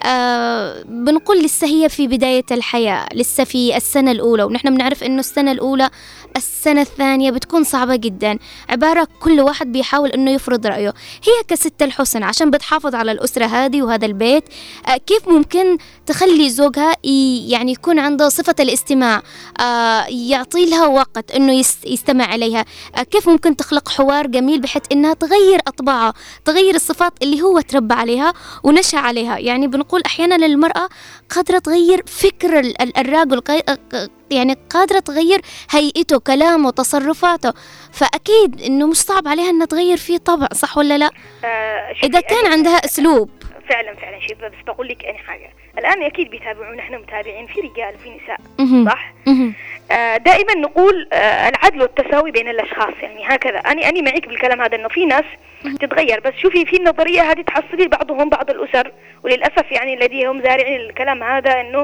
بنقول لسه هي في بداية الحياة، لسه في السنة الأولى، ونحن بنعرف إنه السنة الأولى السنة الثانية بتكون صعبة جدا، عبارة كل واحد بيحاول إنه يفرض رأيه. هي كست الحسن عشان بتحافظ على الأسرة هذه وهذا البيت، كيف ممكن تخلي زوجها يعني يكون عنده صفة الاستماع، يعطي لها وقت إنه يستمع عليها؟ كيف ممكن تخلق حوار جميل بحيث إنها تغير أطباعها، تغير الصفات اللي هو تربى عليها ونشأ عليها؟ يعني بنقول أحيانا للمرأة قادرة تغير فكر الرجل، يعني قادرة تغير هيئته، كلامه، تصرفاته، فأكيد إنه مش صعب عليها إنها تغير فيه طبع، صح ولا لا؟ إذا كان عندها أسلوب. فعلا شوف، بس بقول لك أنا حاجة، الآن أكيد بيتابعون، نحن متابعين في رجال وفي نساء، صح؟ دائما نقول العدل والتساوي بين الأشخاص، يعني هكذا. أنا معك بالكلام هذا إنه في ناس تتغير، بس شوفي في النظرية هذه تحصلي بعض الأسر، وللأسف يعني الذي هم زارعين الكلام هذا إنه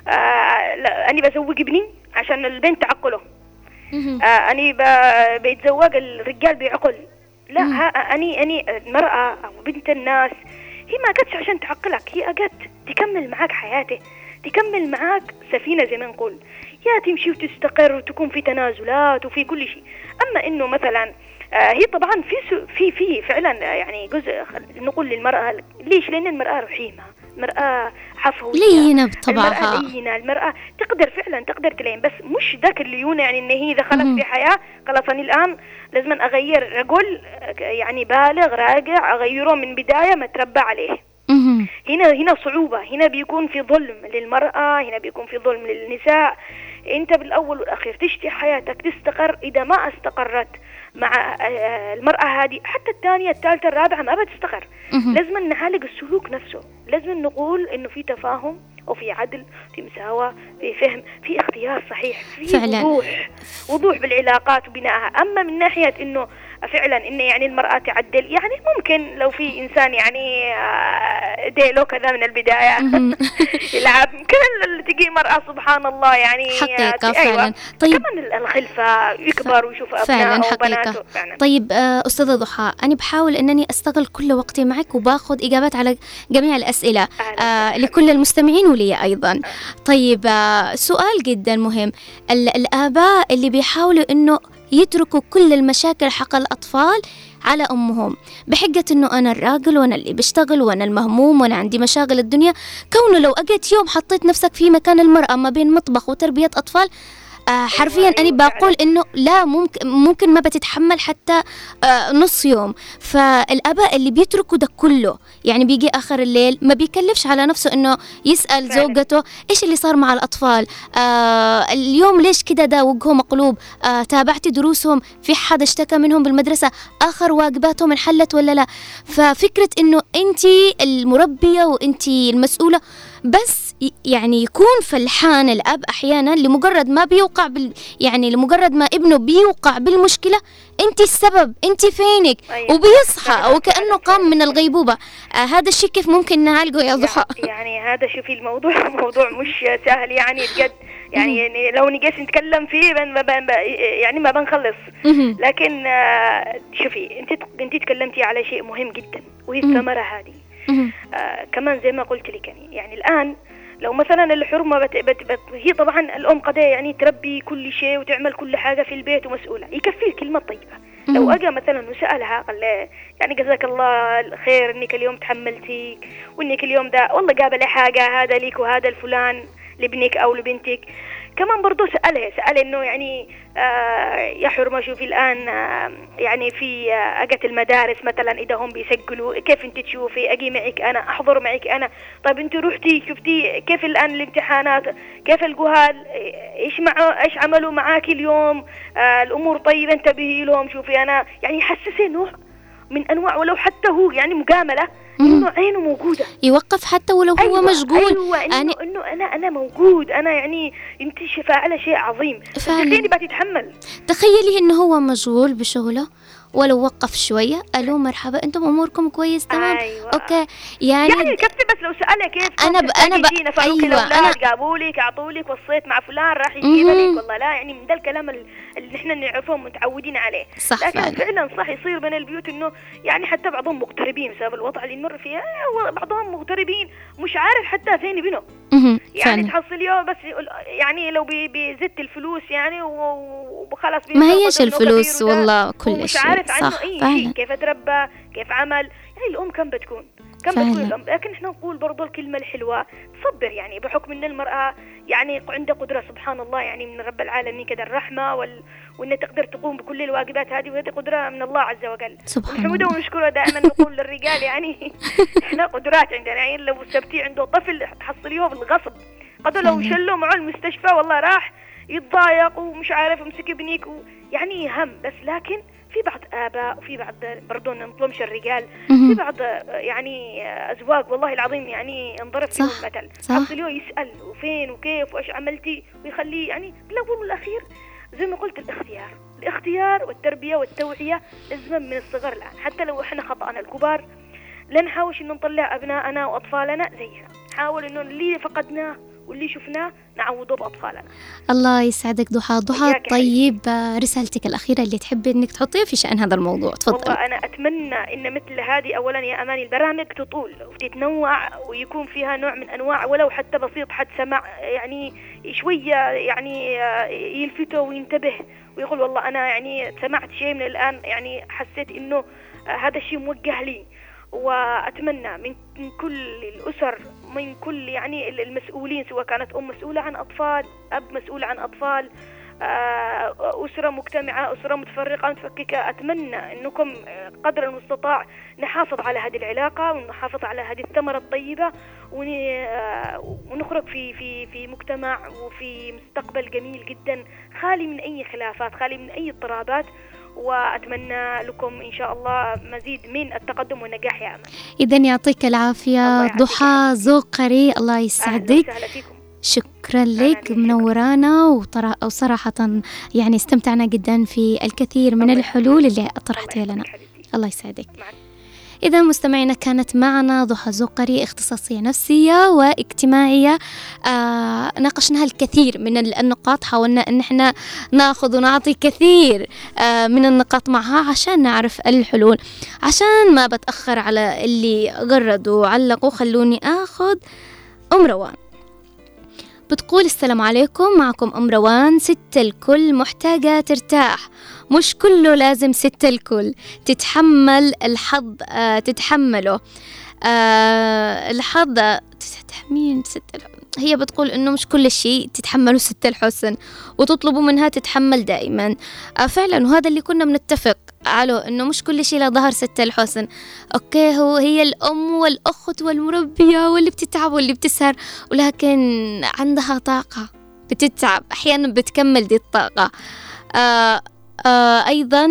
أنا بزوج ابني عشان البنت تعقله، أنا بيتزوج الرجال بعقل. لا، أني المرأة أو بنت الناس هي ما جتش عشان تعقلك، هي جت تكمل معاك حياته، تكمل معاك سفينة زي ما نقول، يا تمشي وتستقر وتكون في تنازلات وفي كل شيء. أما إنه مثلا هي طبعا في فعلا يعني جزء نقول للمرأة، ليش؟ لأن المرأة رحيمة، المرأة عفوية، لينة بطبعها، المرأة تقدر فعلا تلين، بس مش ذاك الليونة، يعني إن هي دخلت في حياة خلاص أنا الآن لازم أغير رجل يعني بالغ راجع، أغيره من بداية ما تربى عليه. هنا صعوبة، هنا بيكون في ظلم للمرأة، هنا بيكون في ظلم للنساء. أنت بالأول والأخير تشتي حياتك تستقر، إذا ما استقرت مع المرأة هذه حتى الثانية الثالثة الرابعة ما بتستقر. لازم نعالج السلوك نفسه، لازم نقول إنه في تفاهم وفي عدل، في مساواة، في فهم، في اختيار صحيح، في فعلا وضوح بالعلاقات وبنائها. أما من ناحية إنه فعلا إنه يعني المرأة تعدل، يعني ممكن لو في إنسان يعني ديلو كذا من البداية يلعب، ممكن تجي مرأة سبحان الله يعني حقيقة فعلا. طيب كمان الخلفة يكبر ويشوف أبنائه وبناته فعلا. طيب أستاذة ضحى، أنا بحاول أنني أستغل كل وقتي معك وباخذ إجابات على جميع الأسئلة لكل المستمعين ولي أيضا. طيب سؤال جدا مهم، الآباء اللي بيحاولوا أنه يتركوا كل المشاكل حق الأطفال على أمهم بحجة أنه أنا الراجل وأنا اللي بشتغل وأنا المهموم وأنا عندي مشاغل الدنيا، كونه لو أجيت يوم حطيت نفسك في مكان المرأة ما بين مطبخ وتربية أطفال، حرفيا أنا بقول إنه لا، ممكن ما بتتحمل حتى نص يوم. فالآباء اللي بيتركوا ده كله، يعني بيجي آخر الليل ما بيكلفش على نفسه إنه يسأل زوجته إيش اللي صار مع الأطفال، اليوم ليش كده، ده وجهه مقلوب، تابعتي دروسهم، في حد اشتكى منهم بالمدرسة، آخر واجباتهم انحلت ولا لا. ففكرة إنه أنتي المربية وأنتي المسؤولة، بس يعني يكون فلحان الأب أحيانا لمجرد ما بيوقع يعني لمجرد ما ابنه بيوقع بالمشكلة، أنت السبب، أنت فينك، أيوة. وبيصحى أو كأنه قام من الغيبوبة. هذا الشيء كيف ممكن نعالجه يا ضحى؟ يعني هذا شوفي الموضوع موضوع مش سهل يعني بجد، يعني لو نجيش نتكلم فيه يعني ما بنخلص. لكن شوفي أنت تكلمتي على شيء مهم جدا، وهي الثمرة هذه. كمان زي ما قلت لك يعني الآن لو مثلا الحرمة هي طبعا الأم قد يعني تربي كل شيء وتعمل كل حاجة في البيت ومسؤولة، يكفي الكلمة الطيبة. لو أجا مثلا وسألها قال يعني جزاك الله الخير إنك اليوم تحملتي، وإنك اليوم ده والله جاب لي حاجة، هذا ليك وهذا الفلان لابنك أو لبنتك. كمان برضو سأل إنه يعني يا حرمة شوفي الآن يعني في أجت المدارس مثلا إذا هم بيسجلوا كيف أنت تشوفي، أجي معك أنا، أحضر معك أنا. طيب أنت روحتي شفتي كيف الآن الامتحانات، كيف الجهال، إيش عملوا معاك اليوم، الأمور طيبة، انتبهي لهم. شوفي أنا يعني يحسسه نوع من أنواع، ولو حتى هو يعني مجاملة، إنه عينه موجودة، يوقف حتى ولو هو مشغول. إنه أنا موجود، أنا يعني أنت فاعلة شيء عظيم، تخيلي بقى تتحمل. تخيلي إنه هو مشغول بشغله، ولو وقف شوية ألو مرحبا أنتم أموركم كويس تمام؟ أيوة. أوكي يعني كفي بس لو سألها كيف أنا أيوة الأولاد جابوا لك عطوا لك وصيت مع فلان راح يجيب لك، والله لا يعني من ده الكلام اللي إحنا نعرفه متعودين عليه. صح، لكن فعلا صح يصير بين البيوت إنه يعني حتى بعضهم مغتربين بسبب الوضع اللي نمر فيه، بعضهم مغتربين مش عارف حتى فين بينه. يعني تحصليه بس يعني لو بزت الفلوس يعني وخلاص ما هيش الفلوس والله كل مش عارف عنه أي شيء، كيف اتربى كيف عمل. يعني الأم كم بتكون الأم. لكن احنا نقول برضو الكلمة الحلوة تصبر، يعني بحكم ان المرأة يعني عندها قدرة سبحان الله يعني من رب العالمين كده الرحمة وان تقدر تقوم بكل الواجبات هذه، وهذه قدرة من الله عز وجل نحمده ونشكره. دائما نقول للرجال يعني احنا قدرات عندنا، يعني لو سبتي عنده طفل تحصليه بالغصب، قد لو شلوا معه المستشفى والله راح يتضايق ومش عارف يمسك ابنك يعني هم. بس لكن في بعض آباء وفي بعض برضو نظلمش الرجال، في بعض يعني أزواج والله العظيم يعني انضرب فيهم المثل، حصليه يسأل وفين وكيف وإيش عملتي، ويخليه يعني بالأول والأخير زي ما قلت الاختيار والتربية والتوعية لازم من الصغر الآن. حتى لو إحنا خطأنا الكبار لا نحاولش إنه نطلع أبنائنا وأطفالنا زينا، نحاول إنه اللي فقدناه واللي شفناه نعوضه بأطفالنا. الله يسعدك ضحى. طيب رسالتك الأخيرة اللي تحبي إنك تحطيها في شأن هذا الموضوع، تفضل. والله أنا أتمنى إن مثل هذه أولا يا أماني البرامج تطول وتتنوع ويكون فيها نوع من أنواع ولو حتى بسيط، حد سمع يعني شوية يعني يلفته وينتبه ويقول والله أنا يعني سمعت شيء من الآن يعني حسيت إنه هذا الشيء موجه لي. وأتمنى من كل الأسر، من كل يعني المسؤولين، سواء كانت أم مسؤولة عن أطفال، أب مسؤول عن أطفال، أسرة مجتمعة، أسرة متفرقة متفككة، أتمنى أنكم قدر المستطاع نحافظ على هذه العلاقة ونحافظ على هذه الثمرة الطيبة ونخرج في مجتمع وفي مستقبل جميل جدا خالي من أي خلافات، خالي من أي اضطرابات. وأتمنى لكم إن شاء الله مزيد من التقدم والنجاح يا أمل. إذن يعطيك العافية ضحى زوقري، الله يسعدك. شكرا لك، منورانا وصراحة يعني استمتعنا جدا في الكثير من الحلول اللي طرحتها لنا. الله يسعدك. إذا مستمعينا كانت معنا ضحى زوقري، اختصاصية نفسية واجتماعية. ناقشنا الكثير من النقاط، حاولنا أن احنا ناخذ ونعطي كثير من النقاط معها عشان نعرف الحلول. عشان ما بتأخر على اللي غردوا وعلقوا، خلوني أخذ أم روان. بتقول السلام عليكم، معكم أم روان، ست الكل محتاجة ترتاح، مش كله لازم ست الكل تتحمل الحظ تتحمله الحظ تحمين ست هي بتقول إنه مش كل شيء تتحمله ست الحسن وتطلبوا منها تتحمل دائما. فعلا وهذا اللي كنا بنتفق على إنه مش كل شيء لظهر ست الحسن. أوكي، هي الأم والأخت والمربية واللي بتتعب واللي بتسهر، ولكن عندها طاقة بتتعب أحيانا بتكمل دي الطاقة. أيضا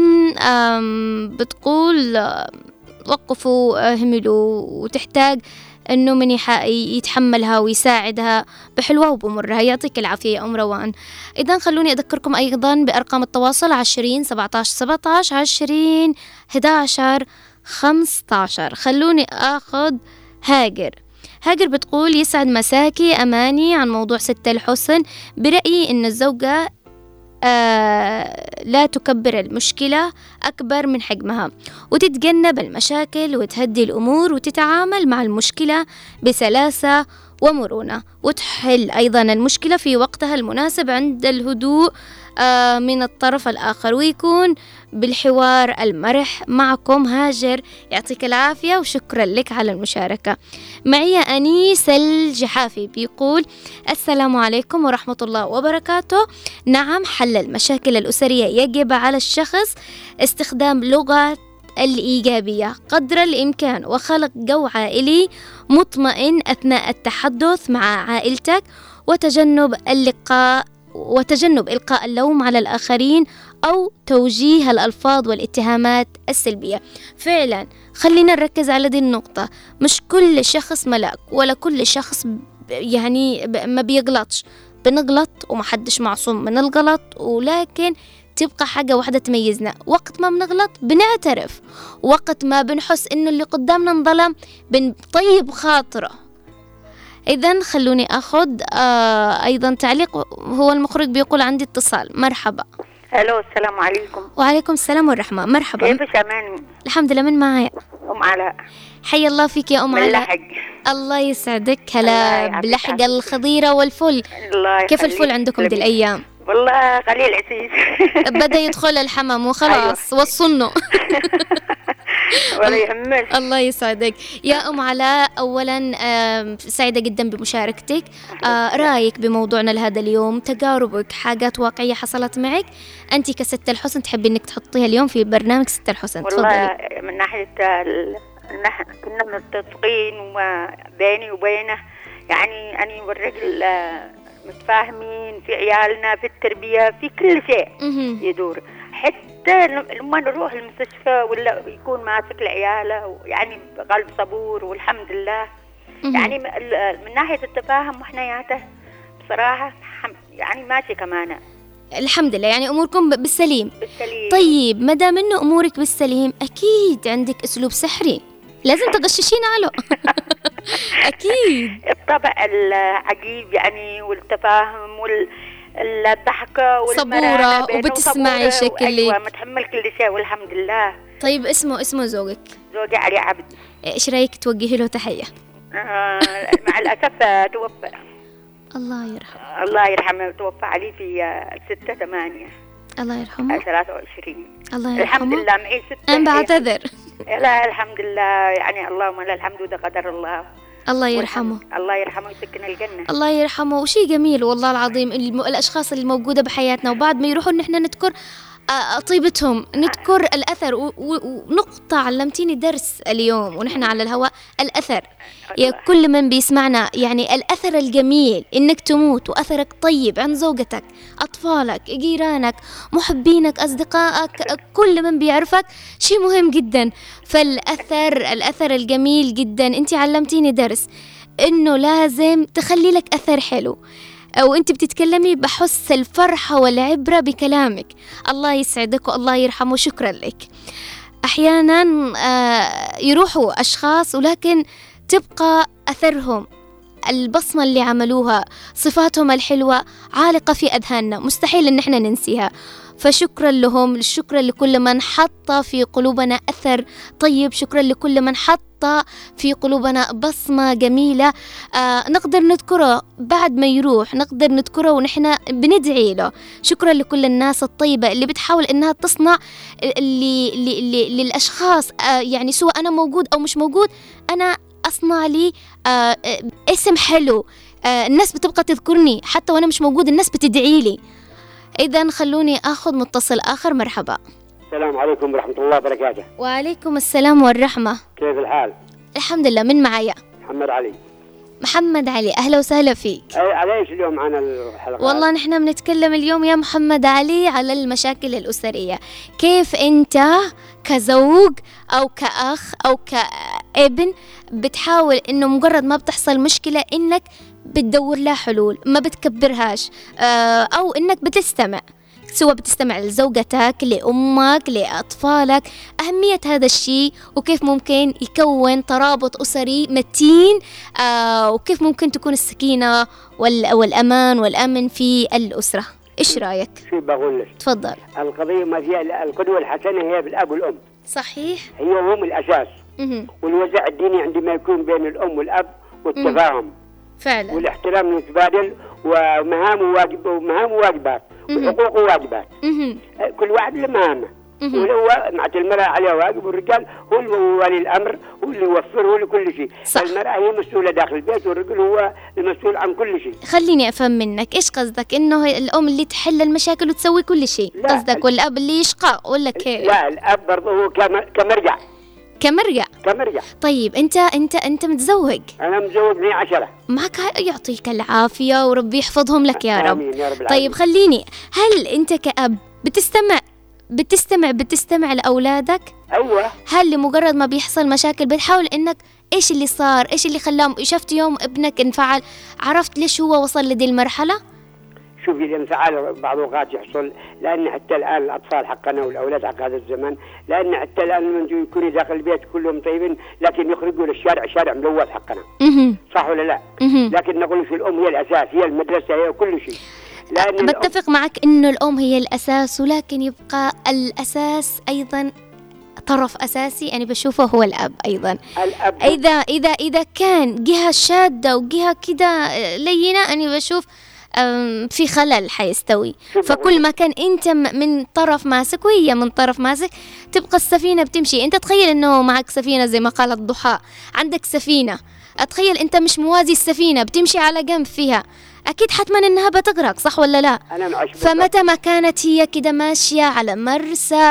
بتقول وقفوا اهملوا، وتحتاج إنه من يتحملها ويساعدها بحلوة وبمرها. يعطيك العافية يا أم روان. إذن خلوني أذكركم أيضا بأرقام التواصل 20 17 17 20 11 15. خلوني أخذ هاجر بتقول يسعد مساكي أماني، عن موضوع ست الحسن، برأيي إن الزوجة لا تكبر المشكلة أكبر من حجمها، وتتجنب المشاكل وتهدي الأمور وتتعامل مع المشكلة بسلاسة ومرونة، وتحل أيضا المشكلة في وقتها المناسب عند الهدوء من الطرف الآخر، ويكون بالحوار المرح. معكم هاجر، يعطيك العافية وشكرا لك على المشاركة. معي أنيس الجحافي بيقول: السلام عليكم ورحمة الله وبركاته. نعم، حل المشاكل الأسرية يجب على الشخص استخدام لغة الإيجابية قدر الإمكان، وخلق جو عائلي مطمئن أثناء التحدث مع عائلتك، وتجنب إلقاء اللوم على الآخرين أو توجيه الألفاظ والاتهامات السلبية. فعلا خلينا نركز على دي النقطة، مش كل شخص ملاك ولا كل شخص يعني ما بيغلطش، بنغلط ومحدش معصوم من الغلط، ولكن تبقى حاجة واحدة تميزنا، وقت ما بنغلط بنعترف، وقت ما بنحس إنه اللي قدامنا انظلم بنطيب خاطره. إذن خلوني أخذ أيضا تعليق، هو المخرج بيقول عندي اتصال. مرحبا. الو، السلام عليكم. وعليكم السلام والرحمة. مرحبا. كيفك أماني؟ الحمد لله. من معايا؟ أم علاء. حي الله فيك يا أم علاء. الله يسعدك. هلا بلحق الخضيرة والفل. الله كيف الفل عندكم دي الأيام؟ والله قليل عسيس. بدأ يدخل الحمام وخلاص. أيوة. وصلنا. ولا يهمك. الله يسعدك يا أم علاء. أولا سعيدة جدا بمشاركتك. رأيك بموضوعنا لهذا اليوم، تجاربك، حاجات واقعية حصلت معك أنت كست الحسن تحبي أنك تحطيها اليوم في برنامج ست الحسن. والله من ناحية كنا متفقين وبيني وبينه، يعني أنا والرجل متفاهمين في عيالنا، في التربية، في كل شيء يدور. حتى لما نروح المستشفى ولا يكون ماسك لعياله، يعني قلب صبور والحمد لله. يعني من ناحية التفاهم وحنياته بصراحة يعني ماشي كمان الحمد لله، يعني أموركم بالسليم. طيب ما دام إنه أمورك بالسليم، أكيد عندك أسلوب سحري لازم تغششين له. أكيد الطبع العجيب يعني، والتفاهم الضحكة صبورة وبتسمعي شكلك. أيوة، متحمل كل شيء والحمد لله. طيب اسمه زوجك؟ زوجي علي عبد. إيش رأيك توجهي له تحية؟ مع الأسف توفى. الله يرحمه. الله يرحمه، توفى علي في 6/8. الله يرحمه. 23. الله يرحمه. الحمد لله معي 6. أنا بعتذر. لا الحمد لله، يعني اللهم لا الحمد، وده قدر الله. الله يرحمه. الله يرحمه ويسكن الجنة. الله يرحمه. وشي جميل والله العظيم الأشخاص اللي موجودة بحياتنا، وبعد ما يروحوا نحن نذكر طيبتهم، نذكر الأثر. ونقطة علمتيني درس اليوم ونحن على الهواء، الأثر. يا كل من بيسمعنا، يعني الأثر الجميل إنك تموت وأثرك طيب عند زوجتك، أطفالك، جيرانك، محبينك، أصدقائك، كل من بيعرفك، شيء مهم جدا. فالأثر الجميل جدا. أنت علمتيني درس إنه لازم تخلي لك أثر حلو، وانت بتتكلمي بحس الفرحة والعبرة بكلامك. الله يسعدك والله يرحمه. شكرا لك. أحيانا يروحوا أشخاص ولكن تبقى أثرهم، البصمة اللي عملوها، صفاتهم الحلوة عالقة في أذهاننا، مستحيل إن احنا ننسيها. فشكرا لهم، شكرا لكل من حط في قلوبنا أثر طيب، شكرا لكل من حط في قلوبنا بصمة جميلة نقدر نذكره بعد ما يروح، نقدر نذكره ونحن بندعي له. شكرا لكل الناس الطيبة اللي بتحاول إنها تصنع للأشخاص، يعني سواء أنا موجود أو مش موجود، أنا أصنع لي اسم حلو. الناس بتبقى تذكرني حتى وأنا مش موجود، الناس بتدعي لي. إذن خلوني أخذ متصل آخر. مرحبا. السلام عليكم ورحمة الله وبركاته. وعليكم السلام والرحمة. كيف الحال؟ الحمد لله. من معايا؟ محمد علي. محمد علي، أهلا وسهلا فيك. على إيش اليوم معنا الحلقة؟ والله نحن بنتكلم اليوم يا محمد علي على المشاكل الأسرية. كيف أنت كزوج أو كأخ أو كابن بتحاول إنه مجرد ما بتحصل مشكلة إنك بتدور لها حلول، ما بتكبرهاش، أو إنك بتستمع، سواء بتستمع لزوجتك، لأمك، لأطفالك. أهمية هذا الشيء وكيف ممكن يكون ترابط أسري متين، وكيف ممكن تكون السكينة والأمان والأمن في الأسرة. إيش رأيك؟ شو بقول لك؟ تفضل. القضية ما فيها القدوة الحسنة هي بالأب والأم. صحيح. هي هم الأساس. والوزع الديني عندما يكون بين الأم والأب والتفاهم. فعلا. والاحترام يتبادل، ومهام وواجبات، وحقوق وواجبات. كل واحد له مهامه. وهو مع المرأة عليها واجب، والرجال هو ولي الأمر، هو اللي يوفر، هو كل شيء. صح. المرأة هي مسؤولة داخل البيت، والرجل هو المسؤول عن كل شيء. خليني أفهم منك، إيش قصدك؟ إنه الأم اللي تحل المشاكل وتسوي كل شيء قصدك، والأب اللي يشقى ولا كيف؟ لا، الأب برضه هو كمرجع. كمرجع. طيب أنت متزوج؟ أنا متزوج معي 10. معك، يعطيك العافية وربي يحفظهم لك يا رب. آمين يا رب العالمين. طيب خليني، هل أنت كأب بتستمع لأولادك؟ أيوة. هل لمجرد ما بيحصل مشاكل بتحاول إنك إيش اللي صار، إيش اللي خلاه، شفت يوم ابنك انفعل عرفت ليش هو وصل لدي المرحلة؟ شوفي، الانفعال بعض الأوقات يحصل، لأن حتى الآن الأطفال حقنا والأولاد حق هذا الزمن، لأن حتى الآن من يكونوا داخل البيت كلهم طيبين، لكن يخرجوا للشارع، شارع ملوث حقنا. صح ولا لا؟ لكن نقول في الأم هي الأساس، هي المدرسة، هي كل شيء. بتفق معك إنه الأم هي الأساس، ولكن يبقى الأساس أيضا طرف أساسي أنا بشوفه هو الأب أيضا. الأب إذا كان جهة شادة وجهة كده لينة، أنا بشوف في خلل حيستوي. فكل ما كان أنت من طرف ماسك وهي من طرف ماسك، تبقى السفينة بتمشي. أنت تخيل إنه معك سفينة زي ما قالت ضحى، عندك سفينة، أتخيل أنت مش موازي السفينة بتمشي على جنب فيها، أكيد حتما إنها بتغرق، صح ولا لا؟ فمتى ما كانت هي كده ماشية على مرسى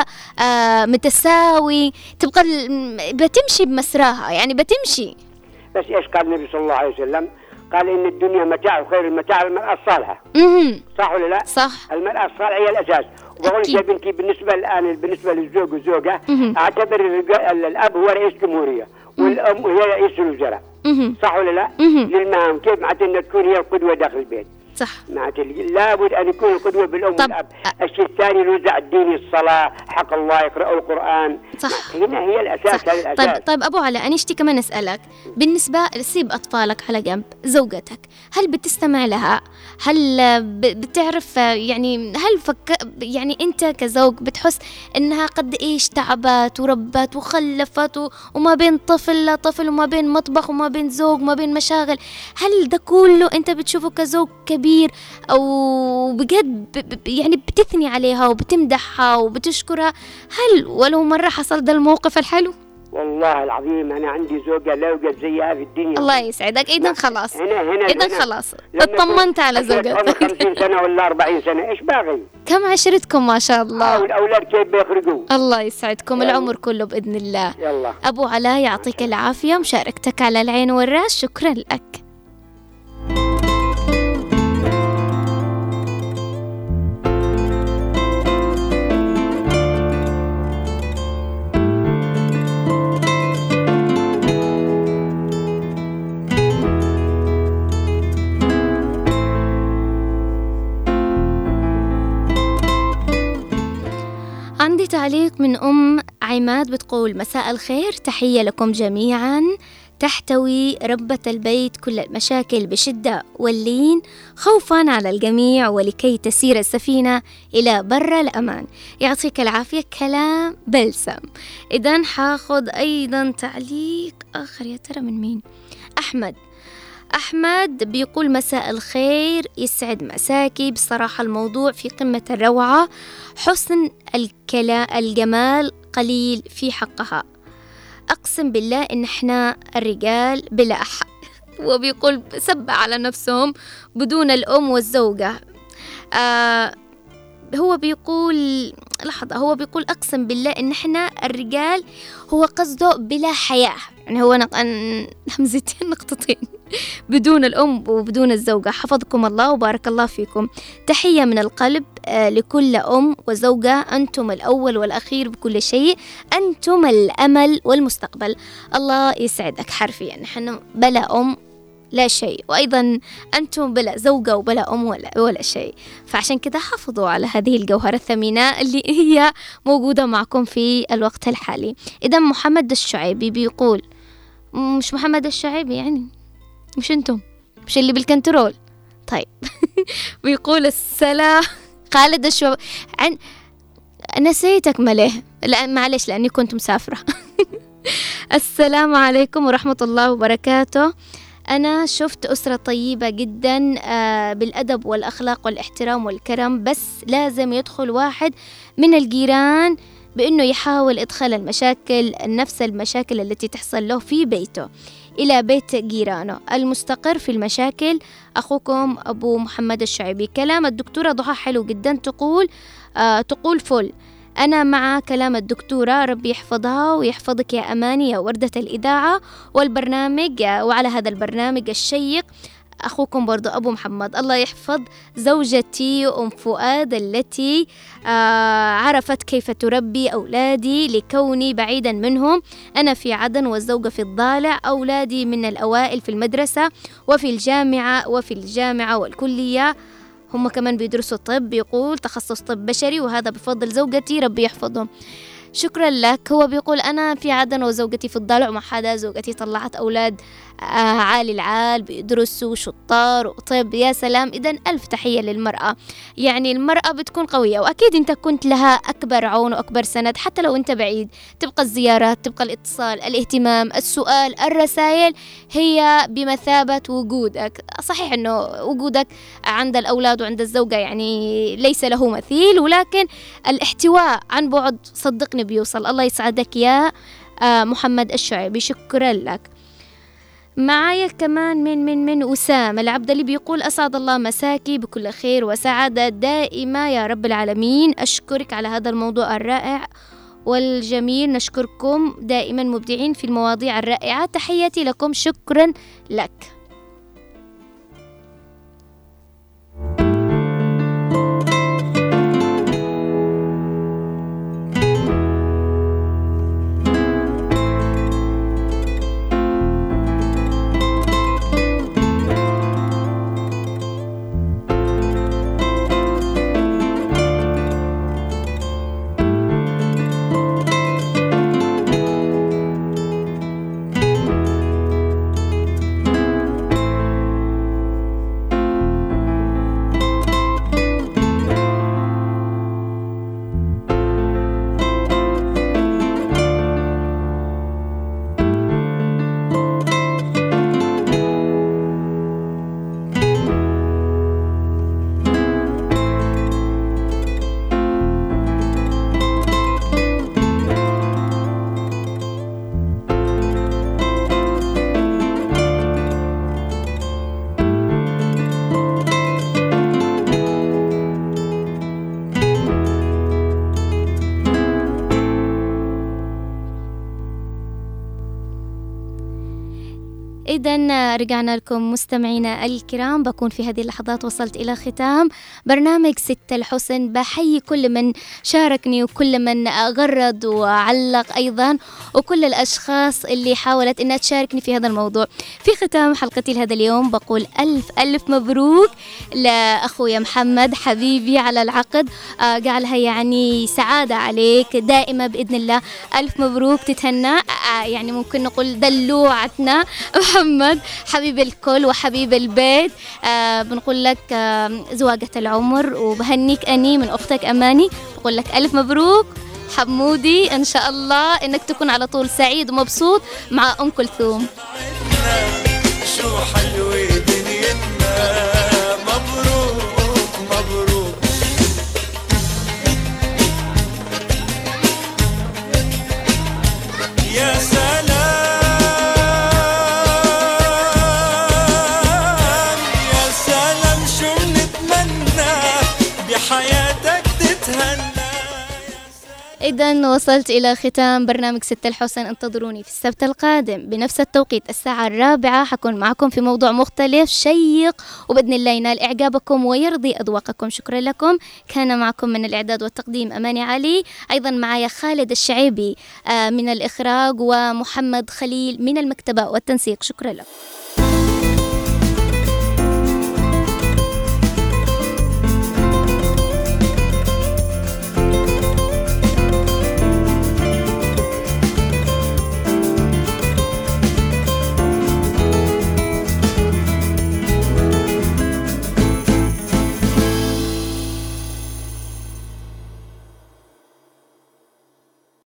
متساوي، تبقى بتمشي بمسراها، يعني بتمشي. بس إيش قال النبي صلى الله عليه وسلم؟ قال إن الدنيا متاع، وخير المتاع المرأة الصالحة. صح ولا لا؟ صح. المرأة الصالحة هي الأساس. وبقول يا بنتي، بالنسبة للزوج والزوجة، أعتبر الأب هو رئيس جمهورية، والأم هي رئيس الوزراء. صح ولا لا؟ للمهام كيف معناته أن تكون هي القدوة داخل البيت. صح. معناته لابد أن يكون القدوة بالأم والأب. الشيء الثاني الوزع الديني، الصلاة، حق الله، يقرأوا القرآن. صح. هنا هي الأساس. هذا الأساس. طيب أبو علاء، أنا اشتي كمان أسألك، بالنسبة سيب أطفالك على جنب، زوجتك هل بتستمع لها؟ هل بتعرف يعني، يعني أنت كزوج بتحس إنها قد إيش تعبت وربت وخلفت، وما بين طفل لطفل، وما بين مطبخ، وما بين زوج، وما بين مشاغل، هل ده كله أنت بتشوفه كزوج كبير، أو بجد يعني بتثني عليها وبتمدحها وبتشكرها؟ هل ولو مرة حصل ده الموقف الحلو؟ والله العظيم أنا عندي زوجة لا يوجد زيها في الدنيا. الله يسعدك. إذن خلاص، هنا خلاص اطمنت على زوجتك. 50 سنة ولا 40 سنة، إيش باغي؟ كم عشرتكم ما شاء الله. والأولاد كيف بيخرجوا؟ الله يسعدكم العمر كله بإذن الله. يلا. أبو علاء يعطيك العافية، مشاركتك على العين والراس، شكرا لك. عندي تعليق من أم عماد بتقول: مساء الخير، تحية لكم جميعا. تحتوي ربة البيت كل المشاكل بشدة واللين، خوفا على الجميع ولكي تسير السفينة إلى بر الأمان. يعطيك العافية، كلام بلسم. إذن حاخد أيضا تعليق آخر، يا ترى من مين؟ أحمد بيقول: مساء الخير، يسعد مساكي، بصراحة الموضوع في قمة الروعة، حسن الجمال قليل في حقها، أقسم بالله إن إحنا الرجال بلا أحد. وبيقول سب على نفسهم بدون الأم والزوجة. هو بيقول أقسم بالله إن إحنا الرجال، هو قصده بلا حياة، يعني هو همزتين نقطتين، بدون الأم وبدون الزوجة. حفظكم الله وبارك الله فيكم. تحية من القلب لكل أم وزوجة، أنتم الأول والأخير بكل شيء، أنتم الأمل والمستقبل. الله يسعدك. حرفيا نحن بلا أم لا شيء، وأيضا أنتم بلا زوجة وبلا أم ولا شيء. فعشان كده حافظوا على هذه الجوهرة الثمينة اللي هي موجودة معكم في الوقت الحالي. إذا محمد الشعيبي بيقول، مش محمد الشعيبي يعني، مش أنتم، مش اللي بالكنترول، طيب. بيقول السلام. خالد الشعيبي، نسيتك مليه، لا معلش لأني كنت مسافرة. السلام عليكم ورحمة الله وبركاته. أنا شفت أسرة طيبة جدا بالأدب والأخلاق والاحترام والكرم، بس لازم يدخل واحد من الجيران بأنه يحاول إدخال المشاكل، نفس المشاكل التي تحصل له في بيته إلى بيت جيرانه. المستقر في المشاكل أخوكم أبو محمد الشعيبي. كلام الدكتورة ضحى حلو جدا، تقول فل. أنا مع كلام الدكتورة، ربي يحفظها ويحفظك يا أماني يا وردة الإذاعة والبرنامج، وعلى هذا البرنامج الشيق. أخوكم برضو أبو محمد. الله يحفظ زوجتي أم فؤاد التي عرفت كيف تربي أولادي لكوني بعيدا منهم. أنا في عدن والزوجة في الضالع. أولادي من الأوائل في المدرسة وفي الجامعة والكلية، هم كمان بيدرسوا طب، بيقول تخصص طب بشري، وهذا بفضل زوجتي ربي يحفظهم. شكرا لك. هو بيقول أنا في عدن وزوجتي في الضلع، ومع حدا زوجتي طلعت أولاد عالي العال بيدرسوا شطار وطب. يا سلام. إذن ألف تحية للمرأة، يعني المرأة بتكون قوية، وأكيد أنت كنت لها أكبر عون وأكبر سند، حتى لو أنت بعيد تبقى الزيارات، تبقى الاتصال، الاهتمام، السؤال، الرسائل هي بمثابة وجودك. صحيح أنه وجودك عند الأولاد وعند الزوجة يعني ليس له مثيل، ولكن الاحتواء عن بعد صدقني بيوصل. الله يسعدك يا محمد الشعيبي، شكرا لك. معايا كمان من وسام العبد اللي بيقول أسعد الله مساكي بكل خير وسعادة دائمة يا رب العالمين. أشكرك على هذا الموضوع الرائع والجميل، نشكركم دائما مبدعين في المواضيع الرائعة، تحياتي لكم. شكرا لك. إذن رجعنا لكم مستمعينا الكرام. بكون في هذه اللحظات وصلت إلى ختام برنامج ست الحسن. بحيي كل من شاركني وكل من غرد وعلق أيضا، وكل الأشخاص اللي حاولت أنها تشاركني في هذا الموضوع. في ختام حلقتي لهذا اليوم بقول ألف مبروك لأخويا محمد حبيبي على العقد، جعلها يعني سعادة عليك دائما بإذن الله. ألف مبروك، تتهنى، يعني ممكن نقول دلوعتنا محمد حبيب الكل وحبيب البيت. بنقول لك زواجة العمر، وبهنيك أني من أختك أماني، بقول لك ألف مبروك حمودي، إن شاء الله إنك تكون على طول سعيد ومبسوط مع أم كلثوم. شو حلوة دنيتنا، مبروك مبروك. يا سلام يا سلام، شو بنتمنى بحياتك تتهنى. إذن وصلت إلى ختام برنامج ست الحسن. انتظروني في السبت القادم بنفس التوقيت الساعة 4 حكون معكم في موضوع مختلف شيق، وبإذن الله ينال إعجابكم ويرضي أذواقكم. شكرا لكم. كان معكم من الإعداد والتقديم أماني علي، أيضا معايا خالد الشعيبي من الإخراج، ومحمد خليل من المكتبة والتنسيق. شكرا لكم.